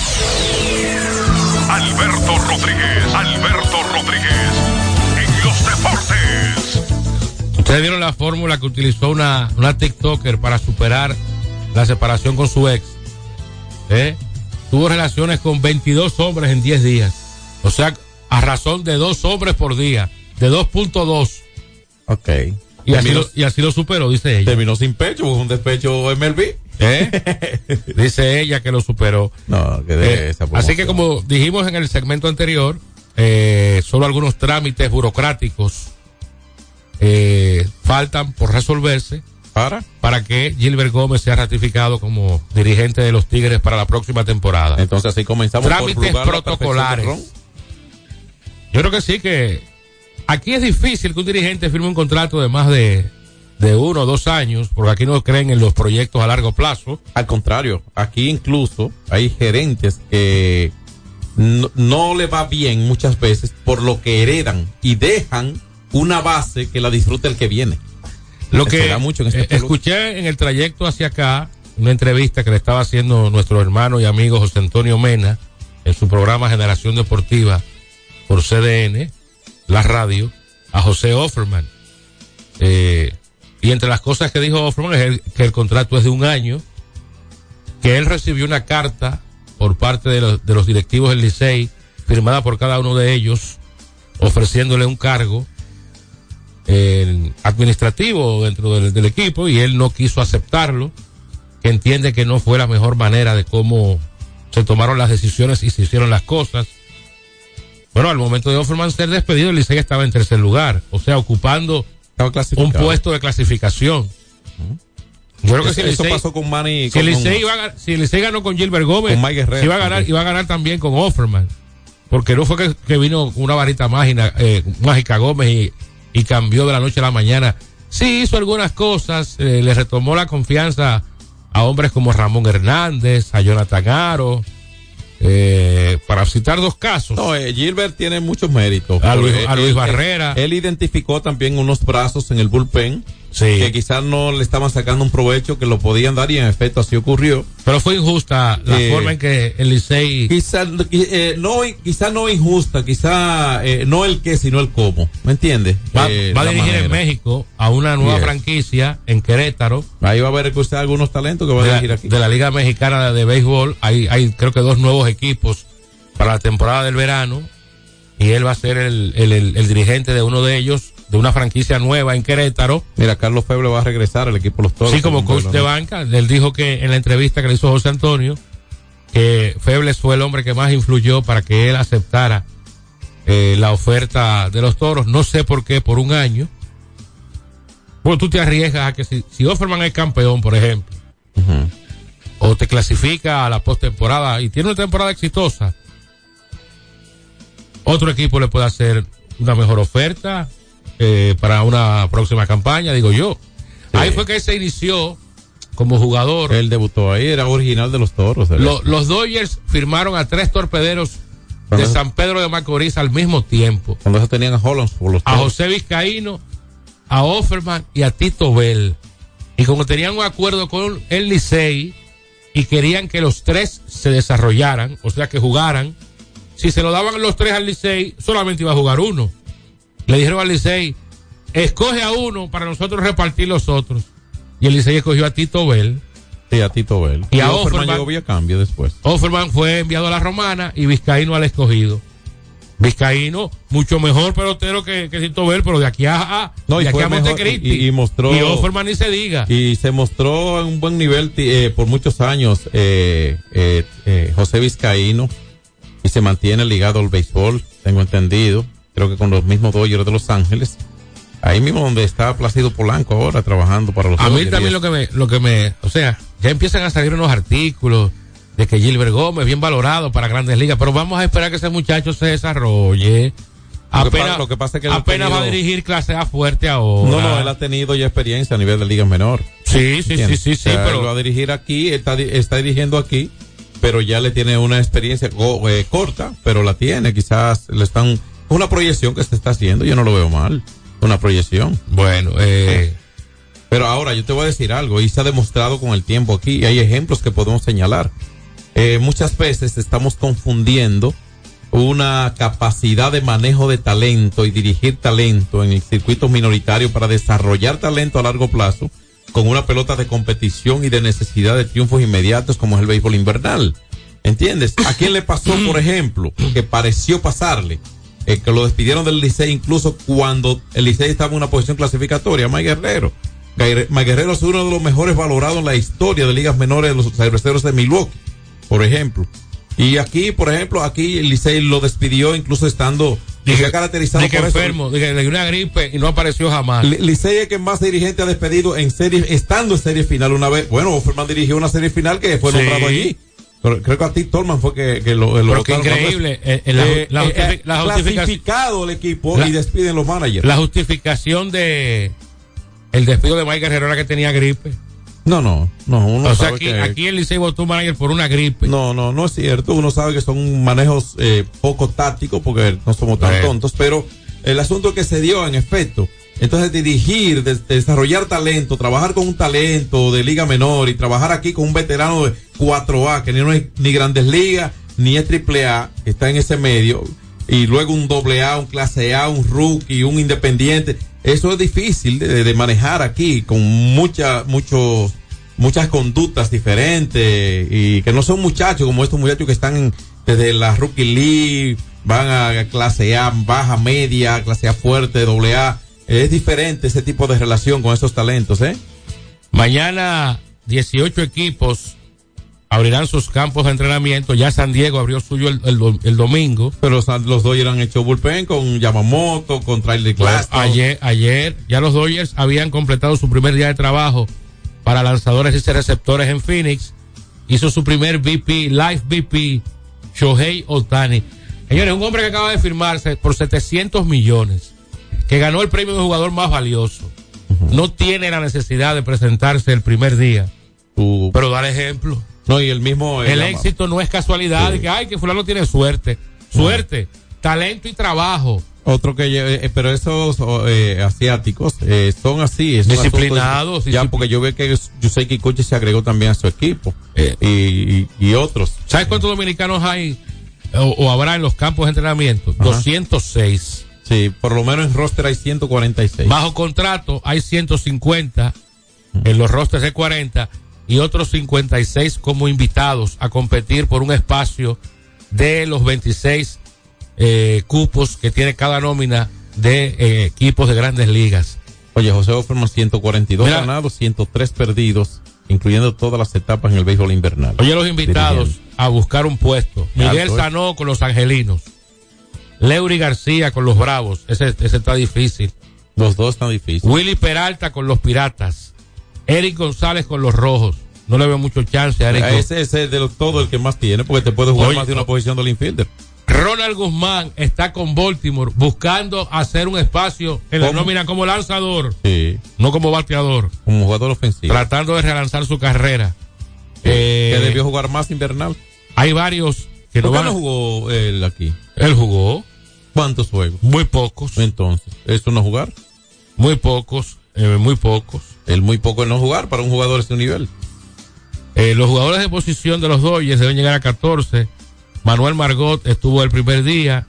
Alberto Rodríguez, en los deportes. Ustedes vieron la fórmula que utilizó una TikToker para superar la separación con su ex. Tuvo relaciones con 22 hombres en 10 días. O sea, a razón de 2 hombres por día, de 2.2. Ok. Y así lo superó, dice ella. Terminó sin pecho, fue un despecho MLB. Dice ella que lo superó. No, que de esa promoción. Así que como dijimos en el segmento anterior, solo algunos trámites burocráticos faltan por resolverse para que Gilbert Gómez sea ratificado como dirigente de los Tigres para la próxima temporada. Entonces así comenzamos. Trámites protocolares. Yo creo que sí, que aquí es difícil que un dirigente firme un contrato de más de 1 o 2 años, porque aquí no creen en los proyectos a largo plazo. Al contrario, aquí incluso hay gerentes que no le va bien muchas veces por lo que heredan y dejan una base que la disfrute el que viene. Lo que mucho en escuché en el trayecto hacia acá, una entrevista que le estaba haciendo nuestro hermano y amigo José Antonio Mena en su programa Generación Deportiva por CDN, la radio, a José Offerman. Y entre las cosas que dijo Offerman es que el contrato es de 1 año, que él recibió una carta por parte de los directivos del Licey, firmada por cada uno de ellos, ofreciéndole un cargo administrativo dentro del equipo, y él no quiso aceptarlo, que entiende que no fue la mejor manera de cómo se tomaron las decisiones y se hicieron las cosas. Bueno, al momento de Offerman ser despedido, el Licey estaba en 3er lugar, o sea, ocupando un puesto de clasificación. Yo creo que si eso pasó con Manny. Si el Licey ganó con Gilbert Gómez, con Mike Guerrero, iba a ganar también con Offerman, porque no fue que vino una varita mágica Gómez y cambió de la noche a la mañana. Sí hizo algunas cosas, le retomó la confianza a hombres como Ramón Hernández, a Jonathan Aro, para citar 2 casos. No, Gilbert tiene muchos méritos. A Luis Barrera. Él identificó también unos brazos en el bullpen, sí, que quizás no le estaban sacando un provecho que lo podían dar, y en efecto así ocurrió. Pero fue injusta la forma en que el Licey... Quizá no injusta, quizá no el qué, sino el cómo. ¿Me entiendes? Va a dirigir en México a una nueva franquicia en Querétaro. Ahí va a haber algunos talentos que va a dirigir aquí. De la Liga Mexicana de Béisbol. Hay creo que 2 nuevos equipos para la temporada del verano, y él va a ser el dirigente de uno de ellos, de una franquicia nueva en Querétaro. Mira, Carlos Feble va a regresar al equipo Los Toros. Sí, como coach de banca. Él dijo que en la entrevista que le hizo José Antonio, que Febles fue el hombre que más influyó para que él aceptara la oferta de los Toros. No sé por qué, por 1 año. Bueno, tú te arriesgas a que si Offerman es campeón, por ejemplo, o te clasifica a la postemporada y tiene una temporada exitosa, otro equipo le puede hacer una mejor oferta para una próxima campaña, digo yo. Sí. Ahí fue que se inició como jugador. Él debutó ahí, era original de los Toros. Los Dodgers firmaron a 3 torpederos de San Pedro de Macorís al mismo tiempo. Cuando se tenían a Holland por los a José Vizcaíno, a Offerman y a Tito Bell. Y como tenían un acuerdo con el Licey y querían que los 3 se desarrollaran, o sea que jugaran, si se lo daban los 3 al Licey, solamente iba a jugar uno. Le dijeron al Licey, escoge a uno para nosotros repartir los otros. Y el Licey escogió a Tito Bell. Sí, a Tito Bell. Y a Offerman llegó vía cambio después. Offerman fue enviado a la Romana y Vizcaíno al Escogido. Vizcaíno, mucho mejor pelotero que Tito Bell, pero de aquí a Montecristi. Y mostró. Y Offerman ni se diga. Y se mostró en un buen nivel por muchos años José Vizcaíno. Y se mantiene ligado al béisbol, tengo entendido. Creo que con los mismos Dodgers de Los Ángeles. Ahí mismo donde está Plácido Polanco ahora trabajando para los Dodgers. A mí también lo que me, o sea, ya empiezan a salir unos artículos de que Gilbert Gómez bien valorado para Grandes Ligas, pero vamos a esperar que ese muchacho se desarrolle. Lo que pasa es que apenas va a dirigir clase A fuerte ahora. No, él ha tenido ya experiencia a nivel de ligas menor. Sí, pero él va a dirigir aquí, está dirigiendo aquí, pero ya le tiene una experiencia corta, pero la tiene, quizás le están, una proyección que se está haciendo, yo no lo veo mal. Una proyección. Bueno, pero ahora yo te voy a decir algo, y se ha demostrado con el tiempo aquí, y hay ejemplos que podemos señalar. Muchas veces estamos confundiendo una capacidad de manejo de talento y dirigir talento en el circuito minoritario para desarrollar talento a largo plazo con una pelota de competición y de necesidad de triunfos inmediatos como es el béisbol invernal. ¿Entiendes? ¿A quién le pasó, por ejemplo, que pareció pasarle? Que lo despidieron del Licey incluso cuando el Licey estaba en una posición clasificatoria, Mike Guerrero. Mike Guerrero es uno de los mejores valorados en la historia de ligas menores de los Cerveceros de Milwaukee, por ejemplo. Y aquí, por ejemplo, aquí el Licey lo despidió incluso estando caracterizado por enfermo, que le dio una gripe y no apareció jamás. Licey es que más dirigente ha despedido en serie, estando en serie final una vez. Bueno, Offerman dirigió una serie final que fue nombrado allí. Pero creo que a Tim Tolman fue que lo pero que increíble la clasificado el equipo y despiden los managers. La justificación de el despido de Mike Guerrero era que tenía gripe. No. O sea, aquí el Licey votó un manager por una gripe. No es cierto. Uno sabe que son manejos poco tácticos porque no somos tan tontos, pero el asunto que se dio en efecto. Entonces dirigir, desarrollar talento, trabajar con un talento de liga menor y trabajar aquí con un veterano de 4A, que no es ni Grandes Ligas, ni es AAA, que está en ese medio, y luego un AA, un clase A, un rookie, un independiente. Eso es difícil de manejar aquí con muchas conductas diferentes y que no son muchachos como estos muchachos que están desde la Rookie League, van a clase A, baja, media, clase A fuerte, AA. Es diferente ese tipo de relación con esos talentos, Mañana 18 equipos abrirán sus campos de entrenamiento. Ya San Diego abrió suyo el domingo. Pero los Dodgers han hecho bullpen con Yamamoto, con Trailer Glass. Ayer ya los Dodgers habían completado su primer día de trabajo para lanzadores y receptores en Phoenix. Hizo su primer live VP, Shohei Ohtani. Señores, un hombre que acaba de firmarse por 700 millones, que ganó el premio de jugador más valioso. No tiene la necesidad de presentarse el primer día. Pero dar ejemplo. No, y el mismo. El éxito no es casualidad, de que fulano tiene suerte. Suerte, talento y trabajo. Pero esos asiáticos son así. Disciplinados. Porque yo veo que Yusei Kikuchi se agregó también a su equipo. Y otros. ¿Sabes cuántos dominicanos hay o habrá en los campos de entrenamiento? 206. Sí, por lo menos en roster hay 146. Bajo contrato hay 150, en los rosters hay 40 y otros 56 como invitados a competir por un espacio de los 26 cupos que tiene cada nómina de equipos de Grandes Ligas. Oye, José Offerman, 142 ganados, 103 perdidos, incluyendo todas las etapas en el béisbol invernal. Oye, los invitados a buscar un puesto. Miguel Sanó con los Angelinos. Leury García con los Bravos, ese está difícil. Los dos están difíciles. Willy Peralta con los Piratas. Eric González con los Rojos. No le veo mucho chance a Eric. Ese es todo el que más tiene, porque te puede jugar más de una posición del infielder. Ronald Guzmán está con Baltimore buscando hacer un espacio en la nómina como lanzador. Sí. no como bateador. Como jugador ofensivo. Tratando de relanzar su carrera. Que debió jugar más invernal. Hay varios que ¿Por no qué van. no jugó él aquí? Él jugó. ¿Cuántos juegos? Muy pocos. Entonces, ¿eso no jugar? Muy pocos. Muy pocos. El muy poco es no jugar para un jugador de ese nivel. Los jugadores de posición de los Dodgers deben llegar a 14. Manuel Margot estuvo el primer día.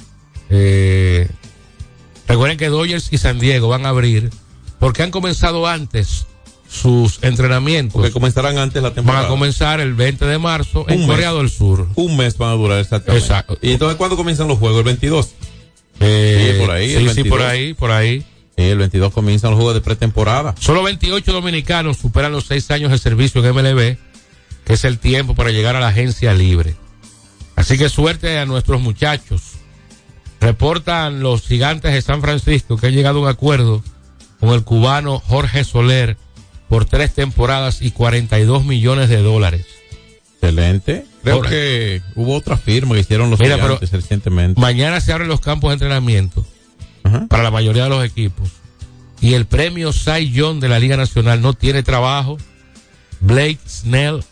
Recuerden que Dodgers y San Diego van a abrir porque han comenzado antes sus entrenamientos. Porque comenzarán antes la temporada. Van a comenzar el 20 de marzo en Corea del Sur. Un mes van a durar exactamente. Exacto. ¿Y entonces cuándo comienzan los juegos? ¿El 22? Sí, por ahí. Sí, por ahí. El 22 comienzan los juegos de pretemporada. Solo 28 dominicanos superan los 6 años de servicio en MLB, que es el tiempo para llegar a la agencia libre. Así que suerte a nuestros muchachos. Reportan los Gigantes de San Francisco que han llegado a un acuerdo con el cubano Jorge Soler por 3 temporadas y $42 millones. Excelente. Creo que hubo otra firma que hicieron los Gigantes recientemente. Mañana se abren los campos de entrenamiento para la mayoría de los equipos. Y el premio Cy Young de la Liga Nacional no tiene trabajo. Blake Snell.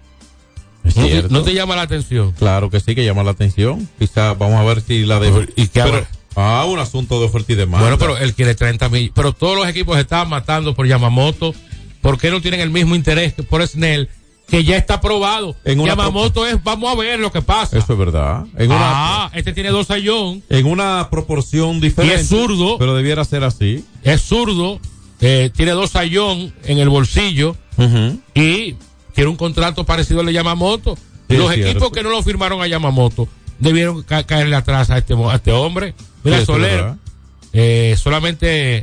¿No te llama la atención? Claro que sí, que llama la atención. Quizá vamos a ver si la de... ¿Y qué habrá? Un asunto de oferta y demanda. Bueno, pero él quiere 30 millones. Pero todos los equipos estaban matando por Yamamoto. ¿Por qué no tienen el mismo interés que por Snell? Que ya está aprobado. Yamamoto vamos a ver lo que pasa. Eso es verdad. Este tiene 2 Cy Young. En una proporción diferente. Y es zurdo. Pero debiera ser así. Es zurdo. Tiene 2 Cy Young en el bolsillo. Y tiene un contrato parecido al de Yamamoto. Sí, los equipos que no lo firmaron a Yamamoto debieron caerle atrás a este hombre. Mira, Soler solamente,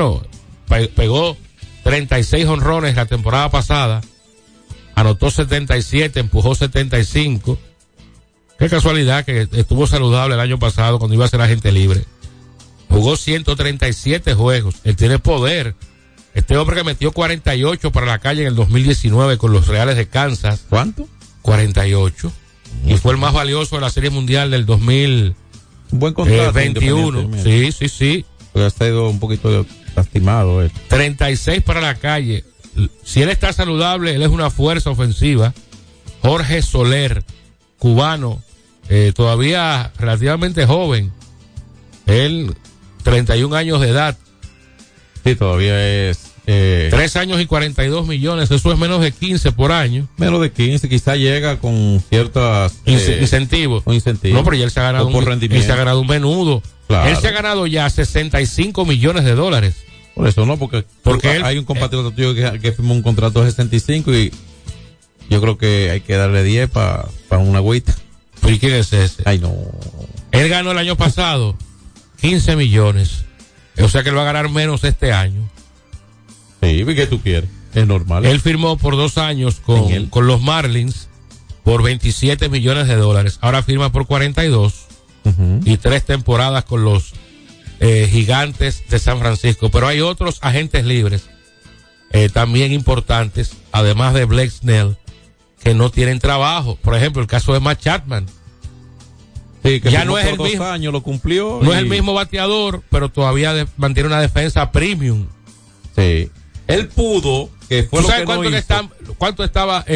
pegó 36 honrones la temporada pasada, anotó 77, empujó 75. Qué casualidad que estuvo saludable el año pasado cuando iba a ser agente libre. Jugó 137 juegos. Él tiene poder. Este hombre que metió 48 para la calle en el 2019 con los Reales de Kansas. ¿Cuánto? 48. Y fue el más valioso de la Serie Mundial del 2021. Buen contrato. 21. Sí. Porque ha estado un poquito lastimado él. 36 para la calle. Si él está saludable, él es una fuerza ofensiva. Jorge Soler, cubano, todavía relativamente joven. Él, 31 años de edad. Sí, todavía es... 3 años y 42 millones, eso es menos de 15 por año. Menos de 15, quizá llega con ciertas... incentivos. No, pero ya él se ha ganado, un menudo. Claro. Él se ha ganado ya $65 millones. Por eso no, porque hay un compatriota tuyo que firmó un contrato de 65 y yo creo que hay que darle 10 para una agüita. ¿Y quién es ese? Ay, no. Él ganó el año pasado 15 millones. O sea que él va a ganar menos este año. Sí, ¿qué tú quieres? Es normal. Él firmó por 2 años con los Marlins por $27 millones. Ahora firma por 42 y 3 temporadas con los Gigantes de San Francisco. Pero hay otros agentes libres también importantes, además de Blake Snell, que no tienen trabajo. Por ejemplo, el caso de Matt Chapman. Sí, que ya no es el mismo. 2 años lo cumplió. No es el mismo bateador, pero todavía mantiene una defensa premium. Sí. Él pudo, que fue lo que no hizo. ¿Cuánto estaba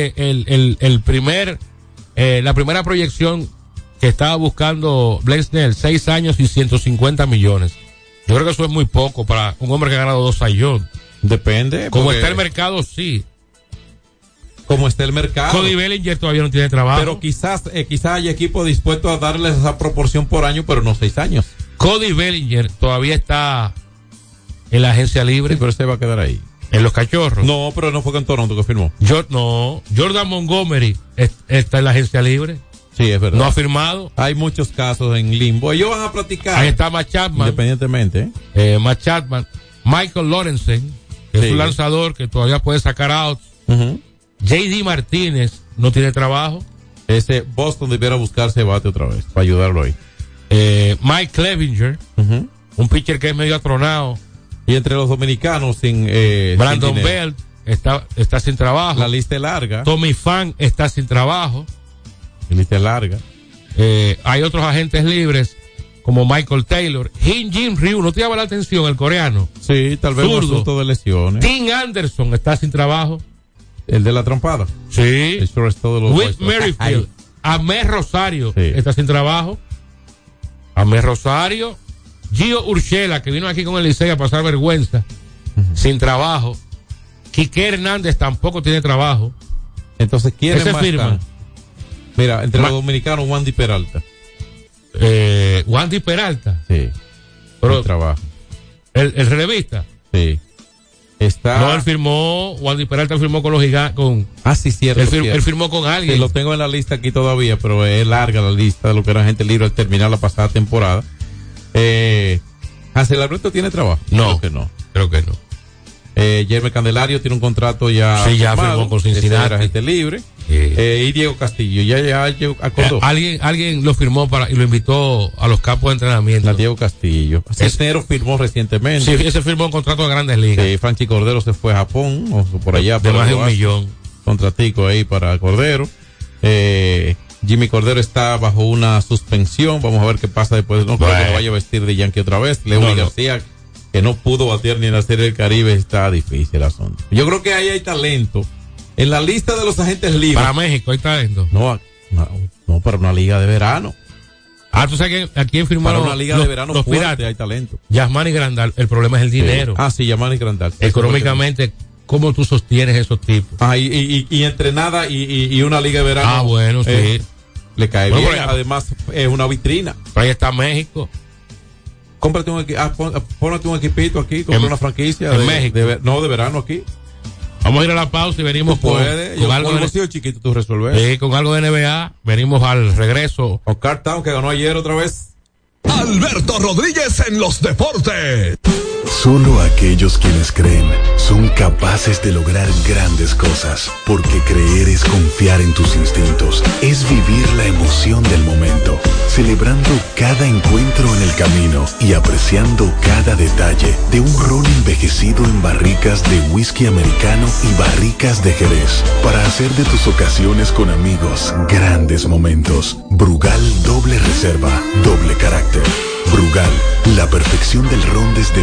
la primera proyección que estaba buscando Blake Snell? 6 años y 150 millones. Yo creo que eso es muy poco para un hombre que ha ganado 2 Cy Young. Depende. Como está el mercado, sí. Como está el mercado. Cody Bellinger todavía no tiene trabajo. Pero quizás hay equipos dispuestos a darles esa proporción por año, pero no 6 años. Cody Bellinger todavía está en la agencia libre. Sí, pero se va a quedar ahí. En los Cachorros. No, pero no fue con Toronto que firmó. Jordan Montgomery está en la agencia libre. Sí, es verdad. No ha firmado. Hay muchos casos en limbo. Ellos van a platicar. Ahí está Matt Chapman. Independientemente. Matt Chapman. Michael Lorenzen, que es un lanzador que todavía puede sacar outs. JD Martínez no tiene trabajo. Ese Boston debiera buscarse bate otra vez para ayudarlo ahí. Mike Clevinger, un pitcher que es medio atronado. Y entre los dominicanos sin Brandon sin Belt está sin trabajo. La lista es larga. Tommy Pham está sin trabajo. La lista es larga. Hay otros agentes libres como Michael Taylor. Jin Ryu, ¿no te llama la atención el coreano? Sí, tal vez un asunto de lesiones. Tim Anderson está sin trabajo. El de la trompada. Sí. Whit Merrifield. Amé Rosario está sin trabajo. Amé Rosario. Gio Urshela, que vino aquí con el Licey a pasar vergüenza, sin trabajo. Quique Hernández tampoco tiene trabajo. Entonces, ¿quiénes más firman? Mira, entre los dominicanos, Wandy Peralta. Wandy Peralta. Sí. Pero trabajo. El relevista. Sí. Está. No, él firmó, Wandy Peralta firmó con los gigantes. Sí, cierto. Él firmó con alguien. Sí, lo tengo en la lista aquí todavía, pero es larga la lista de lo que era gente libre al terminar la pasada temporada. ¿Hansel Alberto tiene trabajo? No. Creo que no. Jeremy Candelario tiene un contrato ya. Sí, ya firmó con Cincinnati. Era gente libre. Y Diego Castillo, ya acordó. Alguien lo firmó y lo invitó a los campos de entrenamiento. Diego Castillo. Cisneros firmó recientemente. Sí, ese firmó un contrato de Grandes Ligas. Franchi Cordero se fue a Japón, o por allá. De más de $1 millón. Contratico ahí para Cordero. Jimmy Cordero está bajo una suspensión. Vamos a ver qué pasa después. No creo que lo vaya a vestir de Yankee otra vez. Leury García, que no pudo batear ni en la Serie del Caribe, está difícil el asunto. Yo creo que ahí hay talento. En la lista de los agentes libres. Para México hay talento. No, para una liga de verano. ¿Tú sabes a quién firmaron? Para una liga de verano los fuerte Piratas? Hay talento. Yasmani Grandal, el problema es el dinero. Sí, Yasmani Grandal. Económicamente, ¿cómo tú sostienes esos tipos? Y entrenada y una liga de verano. Bueno, sí. Le cae bien. Además, es una vitrina. Pero ahí está México. Cómprate pónate un equipito aquí, compra una franquicia en México. De verano aquí. Vamos a ir a la pausa y venimos con algo de chiquito tú resolver. Sí, con algo de NBA. Venimos al regreso. Oscar Town, que ganó ayer otra vez. Alberto Rodríguez en los deportes. Solo aquellos quienes creen son capaces de lograr grandes cosas, porque creer es confiar en tus instintos, es vivir la emoción del momento, celebrando cada encuentro en el camino y apreciando cada detalle de un ron envejecido en barricas de whisky americano y barricas de Jerez, para hacer de tus ocasiones con amigos grandes momentos. Brugal doble reserva, doble carácter. Brugal, la perfección del ron desde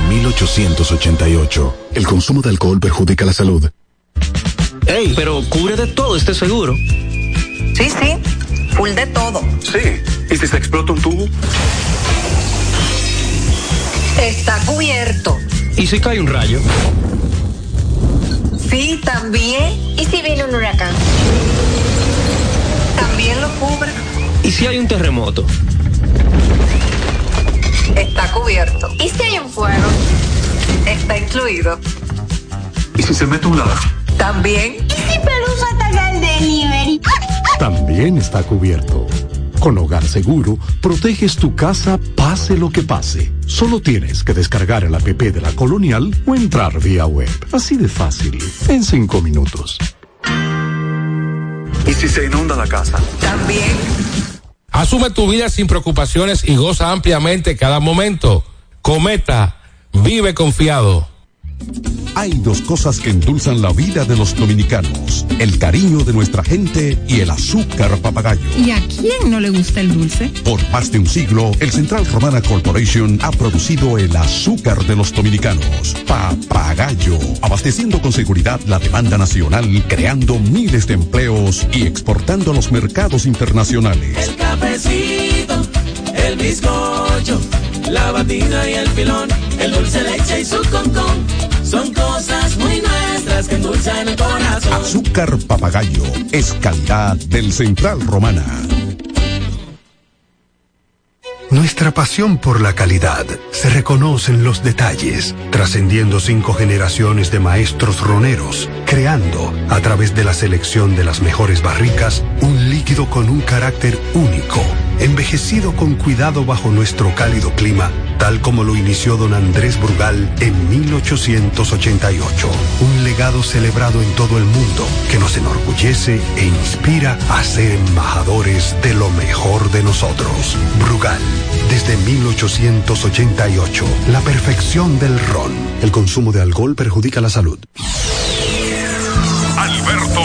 1888. El consumo de alcohol perjudica la salud. Ey, pero cubre de todo este seguro. Sí, full de todo. Sí, ¿y si se explota un tubo? Está cubierto. ¿Y si cae un rayo? Sí, también. ¿Y si viene un huracán? También lo cubre. ¿Y si hay un terremoto? Está cubierto. ¿Y si hay un fuego? Está incluido. ¿Y si se mete un ladrón? También. ¿Y si Pelusa ataca el delivery? También está cubierto. Con Hogar Seguro, proteges tu casa pase lo que pase. Solo tienes que descargar el app de la Colonial o entrar vía web. Así de fácil, en 5 minutos. ¿Y si se inunda la casa? También. Asume tu vida sin preocupaciones y goza ampliamente cada momento. Cometa, vive confiado. Hay dos cosas que endulzan la vida de los dominicanos: el cariño de nuestra gente y el azúcar papagayo. ¿Y a quién no le gusta el dulce? Por más de un siglo, el Central Romana Corporation ha producido el azúcar de los dominicanos, Papagayo, abasteciendo con seguridad la demanda nacional, creando miles de empleos y exportando a los mercados internacionales. El cafecito, el bizcocho, la batida y el filón, el dulce leche y su concón, son cosas muy nuestras que endulzan el corazón. Azúcar Papagayo es calidad del Central Romana. Nuestra pasión por la calidad se reconoce en los detalles, trascendiendo 5 generaciones de maestros roneros, creando, a través de la selección de las mejores barricas, un líquido con un carácter único, envejecido con cuidado bajo nuestro cálido clima, tal como lo inició don Andrés Brugal en 1888. Un legado celebrado en todo el mundo que nos enorgullece e inspira a ser embajadores de lo mejor de nosotros. Brugal, desde 1888, la perfección del ron. El consumo de alcohol perjudica la salud. Alberto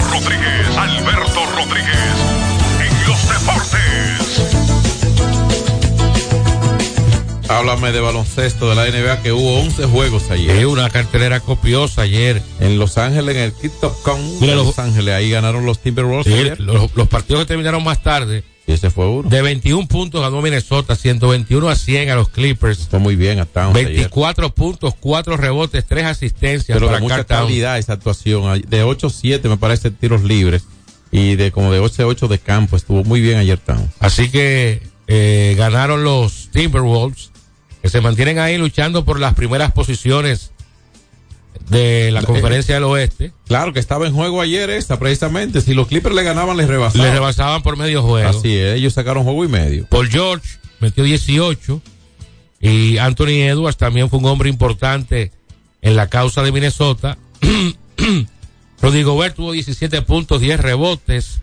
Rodríguez, en los deportes. Háblame de baloncesto de la NBA, que hubo 11 juegos ayer. Sí, una cartelera copiosa ayer. En Los Ángeles, en el KidTopCon de Los Ángeles, ahí ganaron los Timberwolves ayer. Los partidos que terminaron más tarde. Y ese fue uno. De 21 puntos ganó Minnesota, 121-100 a los Clippers. Fue muy bien a Towns 24 ayer. Puntos, 4 rebotes, 3 asistencias. Pero para de mucha Karl Towns. calidad esa actuación. De 8-7 me parece tiros libres. Y de como de 8-8 de campo. Estuvo muy bien ayer Towns. Así que ganaron los Timberwolves, que se mantienen ahí luchando por las primeras posiciones de la conferencia del oeste. Claro que estaba en juego ayer esta, precisamente. Si los Clippers le ganaban, les rebasaban. Les rebasaban por medio juego. Así es, ellos sacaron juego y medio. Paul George metió 18 y Anthony Edwards también fue un hombre importante en la causa de Minnesota. Rudy Gobert tuvo 17 puntos, 10 rebotes.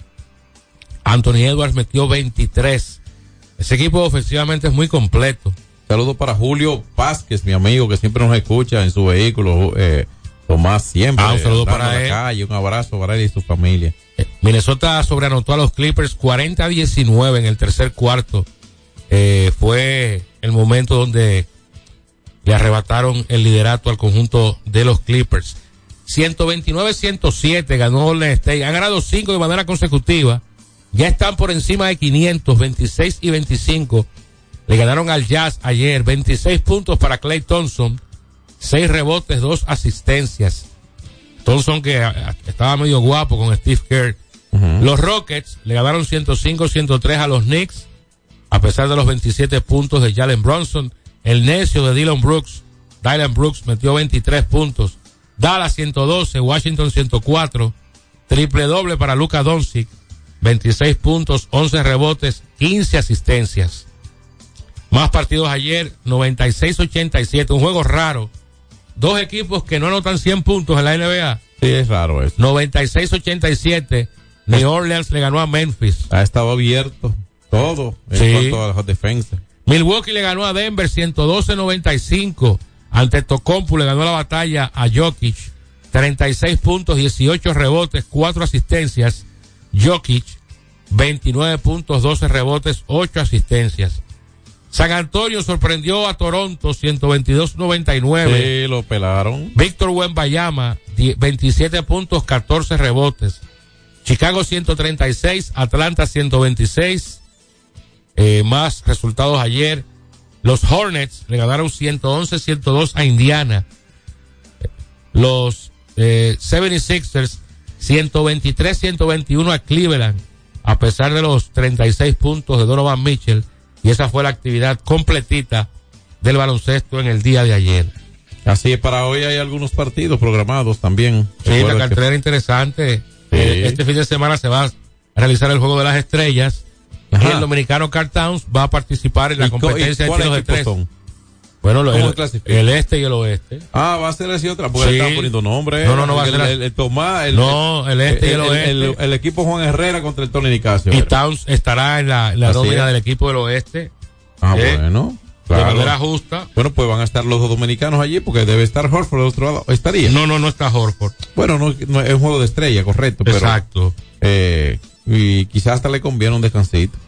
Anthony Edwards metió 23. Ese equipo ofensivamente es muy completo. Saludos para Julio Vázquez, mi amigo, que siempre nos escucha en su vehículo. Tomás siempre. Un saludo para él. Calle, un abrazo para él y su familia. Minnesota sobreanotó a los Clippers 40-19 en el tercer cuarto. Fue el momento donde le arrebataron el liderato al conjunto de los Clippers. 129-107 ganó Golden State. Han ganado 5 de manera consecutiva. Ya están por encima de 500, 26 y 25. Le ganaron al Jazz ayer, 26 puntos para Klay Thompson, 6 rebotes, 2 asistencias. Thompson que estaba medio guapo con Steve Kerr. Los Rockets le ganaron 105-103 a los Knicks, a pesar de los 27 puntos de Jalen Brunson. El necio de Dylan Brooks metió 23 puntos. Dallas 112, Washington 104, triple doble para Luka Doncic, 26 puntos, 11 rebotes, 15 asistencias. Más partidos ayer, 96-87, un juego raro. Dos equipos que no anotan 100 puntos en la NBA. Sí, es raro eso. 96-87, New Orleans le ganó a Memphis. Ha estado abierto todo en cuanto a las defensas. Milwaukee le ganó a Denver 112-95. Antetokounmpo le ganó la batalla a Jokic, 36 puntos, 18 rebotes, 4 asistencias. Jokic, 29 puntos, 12 rebotes, 8 asistencias. San Antonio sorprendió a Toronto 122-99. Sí, lo pelaron. Víctor Wembanyama, 27 puntos, 14 rebotes. Chicago 136, Atlanta 126. Más resultados ayer. Los Hornets le ganaron 111-102 a Indiana. Los 76ers 123-121 a Cleveland, a pesar de los 36 puntos de Donovan Mitchell. Y esa fue la actividad completita del baloncesto en el día de ayer. Así es, para hoy hay algunos partidos programados también. Sí, la cartelera interesante. Sí. Este fin de semana se va a realizar el Juego de las Estrellas. Y el dominicano Karl Towns va a participar en la competencia de tiros de tres. Bueno, el este y el oeste. Va a ser así otra, porque le están poniendo nombre. No va a ser el Tomás, el este y el oeste. El equipo Juan Herrera contra el Tony Nicasio. Y Towns estará en la nómina del equipo del oeste. Bueno. Claro. De manera justa. Bueno, pues van a estar los dos dominicanos allí, porque debe estar Horford del otro lado. ¿Estaría? No está Horford. Bueno, no es un juego de estrella, correcto. Exacto. Pero, y quizás hasta le conviene un descansito.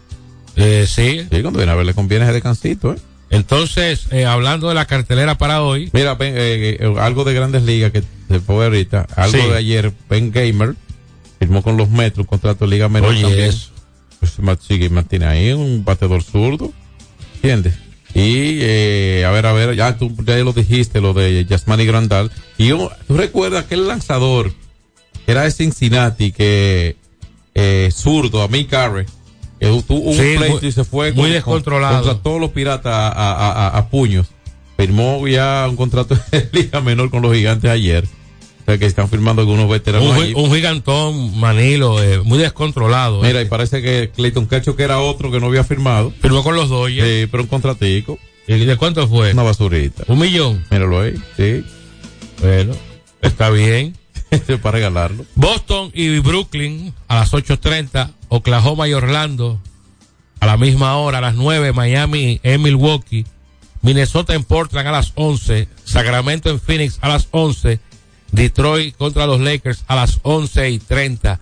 Sí. Sí, cuando viene a ver le conviene ese descansito, Entonces, hablando de la cartelera para hoy. Mira, algo de Grandes Ligas que se fue ahorita. Algo de ayer, Ben Gamer firmó con los Mets un contrato de Liga Menor. Oye, también. Eso. Pues mantiene ahí un bateador zurdo. ¿Entiendes? Y, a ver, ya tú ya lo dijiste, lo de Yasmani Grandal. Y tú recuerdas aquel lanzador que era de Cincinnati, que zurdo, a Mick Carey, que tuvo un pleito y se fue muy descontrolado contra todos los piratas a puños. Firmó ya un contrato de Liga Menor con los Gigantes ayer. O sea que están firmando algunos veteranos allí. Un gigantón, Manilo, muy descontrolado. Mira, y parece que Clayton Kershaw, que era otro que no había firmado. Firmó con los Dodgers. Sí, pero un contratico. ¿Y de cuánto fue? Una basurita. ¿1 millón? Míralo ahí, sí. Bueno, está bien. Para regalarlo. Boston y Brooklyn a las 8:30. Oklahoma y Orlando a la misma hora. A las 9, Miami en Milwaukee. Minnesota en Portland a las 11. Sacramento en Phoenix a las 11. Detroit contra los Lakers a las 11:30.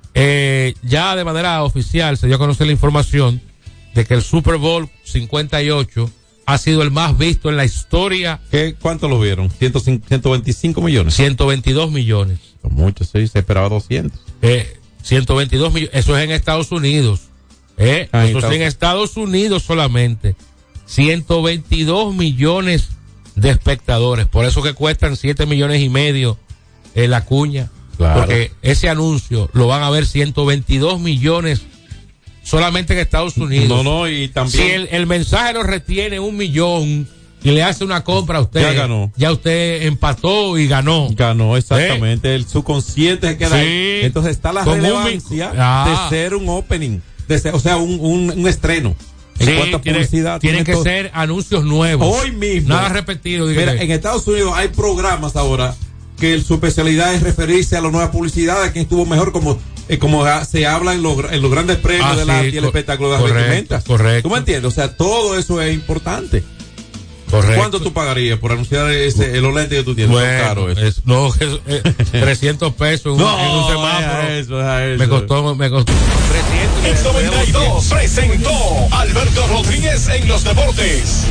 Ya de manera oficial se dio a conocer la información de que el Super Bowl 58 ha sido el más visto en la historia. ¿Cuánto lo vieron? 125 millones. 122 millones. Son muchos, sí, se esperaba 200. 122 millones, eso es en Estados Unidos. Eso es en Estados Unidos solamente. 122 millones de espectadores. Por eso que cuestan 7 millones y medio la cuña. Claro. Porque ese anuncio lo van a ver 122 millones solamente en Estados Unidos. No, y también. Si el mensajero retiene 1 millón y le hace una compra a usted, ya ganó. Ya usted empató y ganó. Ganó, exactamente. El subconsciente se queda ahí. Entonces está la relevancia de ser un opening, o sea, un estreno. En cuanto a publicidad, tienen que ser anuncios nuevos. Hoy mismo. Nada repetido. Mira, en Estados Unidos hay programas ahora que su especialidad es referirse a la nueva publicidad, a quien estuvo mejor, como se habla en los grandes premios y el espectáculo de las vestimentas. Correcto. ¿Tú me entiendes? O sea, todo eso es importante. Correcto. ¿Cuánto tú pagarías por anunciar los lentes que tú tienes? Bueno, caro eso. 300 pesos en un semáforo. Eso. Me costó 300. X92 presentó Alberto Rodríguez en los deportes.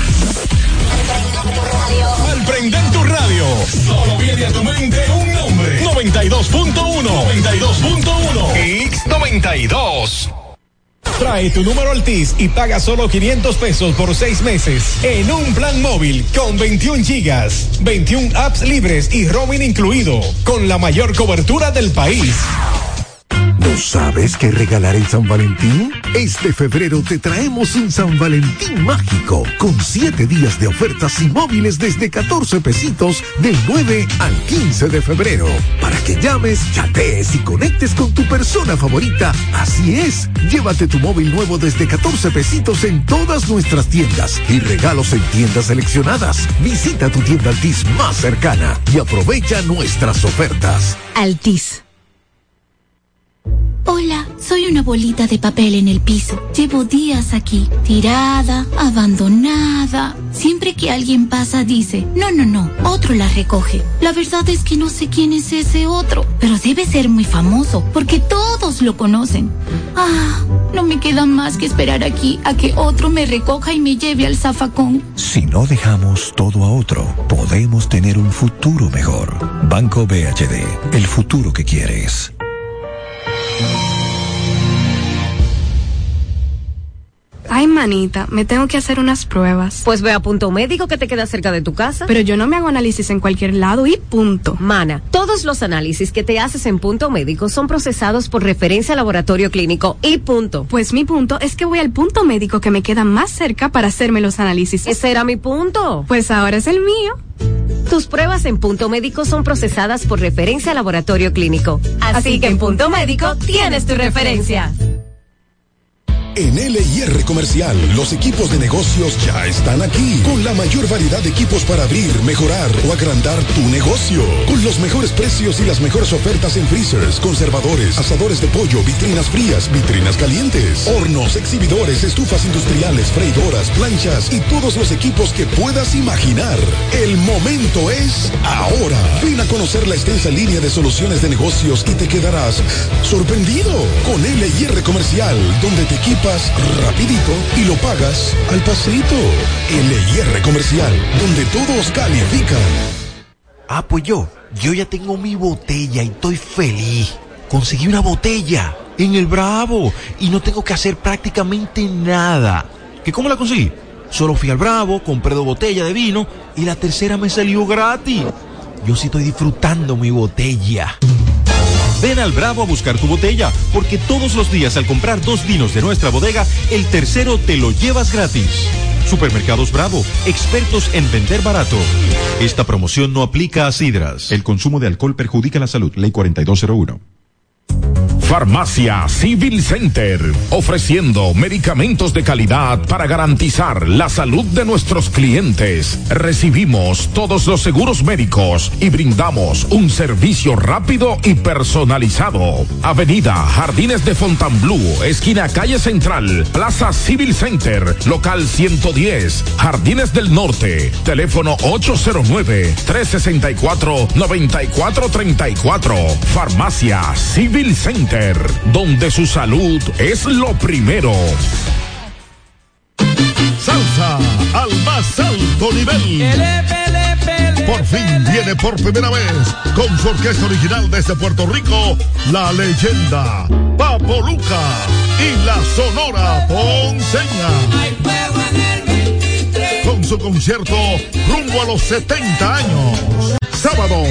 Al prender tu radio, solo viene a tu mente un nombre. 92.1. X92. Trae tu número Altis y paga solo 500 pesos por 6 meses en un plan móvil con 21 gigas, 21 apps libres y roaming incluido, con la mayor cobertura del país. ¿No sabes qué regalar en San Valentín? Este febrero te traemos un San Valentín mágico con 7 días de ofertas y móviles desde 14 pesitos del 9 al 15 de febrero. Para que llames, chatees y conectes con tu persona favorita. Así es, llévate tu móvil nuevo desde 14 pesitos en todas nuestras tiendas y regalos en tiendas seleccionadas. Visita tu tienda Altis más cercana y aprovecha nuestras ofertas. Altis. Hola, soy una bolita de papel en el piso. Llevo días aquí, tirada, abandonada. Siempre que alguien pasa dice, no, otro la recoge. La verdad es que no sé quién es ese otro, pero debe ser muy famoso, porque todos lo conocen. No me queda más que esperar aquí a que otro me recoja y me lleve al zafacón. Si no dejamos todo a otro, podemos tener un futuro mejor. Banco BHD, el futuro que quieres. Ay, manita, me tengo que hacer unas pruebas. Pues ve a Punto Médico, que te queda cerca de tu casa. Pero yo no me hago análisis en cualquier lado y punto. Mana, todos los análisis que te haces en Punto Médico son procesados por referencia al laboratorio clínico y punto. Pues mi punto es que voy al Punto Médico que me queda más cerca para hacerme los análisis. Ese era mi punto. Pues ahora es el mío. Tus pruebas en Punto Médico son procesadas por referencia al laboratorio clínico. Así que en Punto Médico tienes tu referencia. En LIR Comercial, los equipos de negocios ya están aquí, con la mayor variedad de equipos para abrir, mejorar o agrandar tu negocio, con los mejores precios y las mejores ofertas en freezers, conservadores, asadores de pollo, vitrinas frías, vitrinas calientes, hornos, exhibidores, estufas industriales, freidoras, planchas y todos los equipos que puedas imaginar. El momento es ahora. Ven a conocer la extensa línea de soluciones de negocios y te quedarás sorprendido con LIR Comercial, donde te equipas rapidito y lo pagas al pasito. LIR Comercial, donde todos califican. Pues yo ya tengo mi botella y estoy feliz. Conseguí una botella en el Bravo y no tengo que hacer prácticamente nada. ¿Que cómo la conseguí? Solo fui al Bravo, compré 2 botellas de vino y la tercera me salió gratis. Yo sí estoy disfrutando mi botella. Ven al Bravo a buscar tu botella, porque todos los días al comprar 2 vinos de nuestra bodega, el tercero te lo llevas gratis. Supermercados Bravo, expertos en vender barato. Esta promoción no aplica a sidras. El consumo de alcohol perjudica la salud. Ley 4201. Farmacia Civil Center, ofreciendo medicamentos de calidad para garantizar la salud de nuestros clientes. Recibimos todos los seguros médicos y brindamos un servicio rápido y personalizado. Avenida Jardines de Fontainebleau, esquina Calle Central, Plaza Civil Center, local 110, Jardines del Norte. Teléfono 809-364-9434. Farmacia Civil Center, donde su salud es lo primero. Salsa al más alto nivel. Por fin viene por primera vez con su orquesta original desde Puerto Rico, la leyenda Papo Luca y la Sonora Ponceña. Con su concierto rumbo a los 70 años.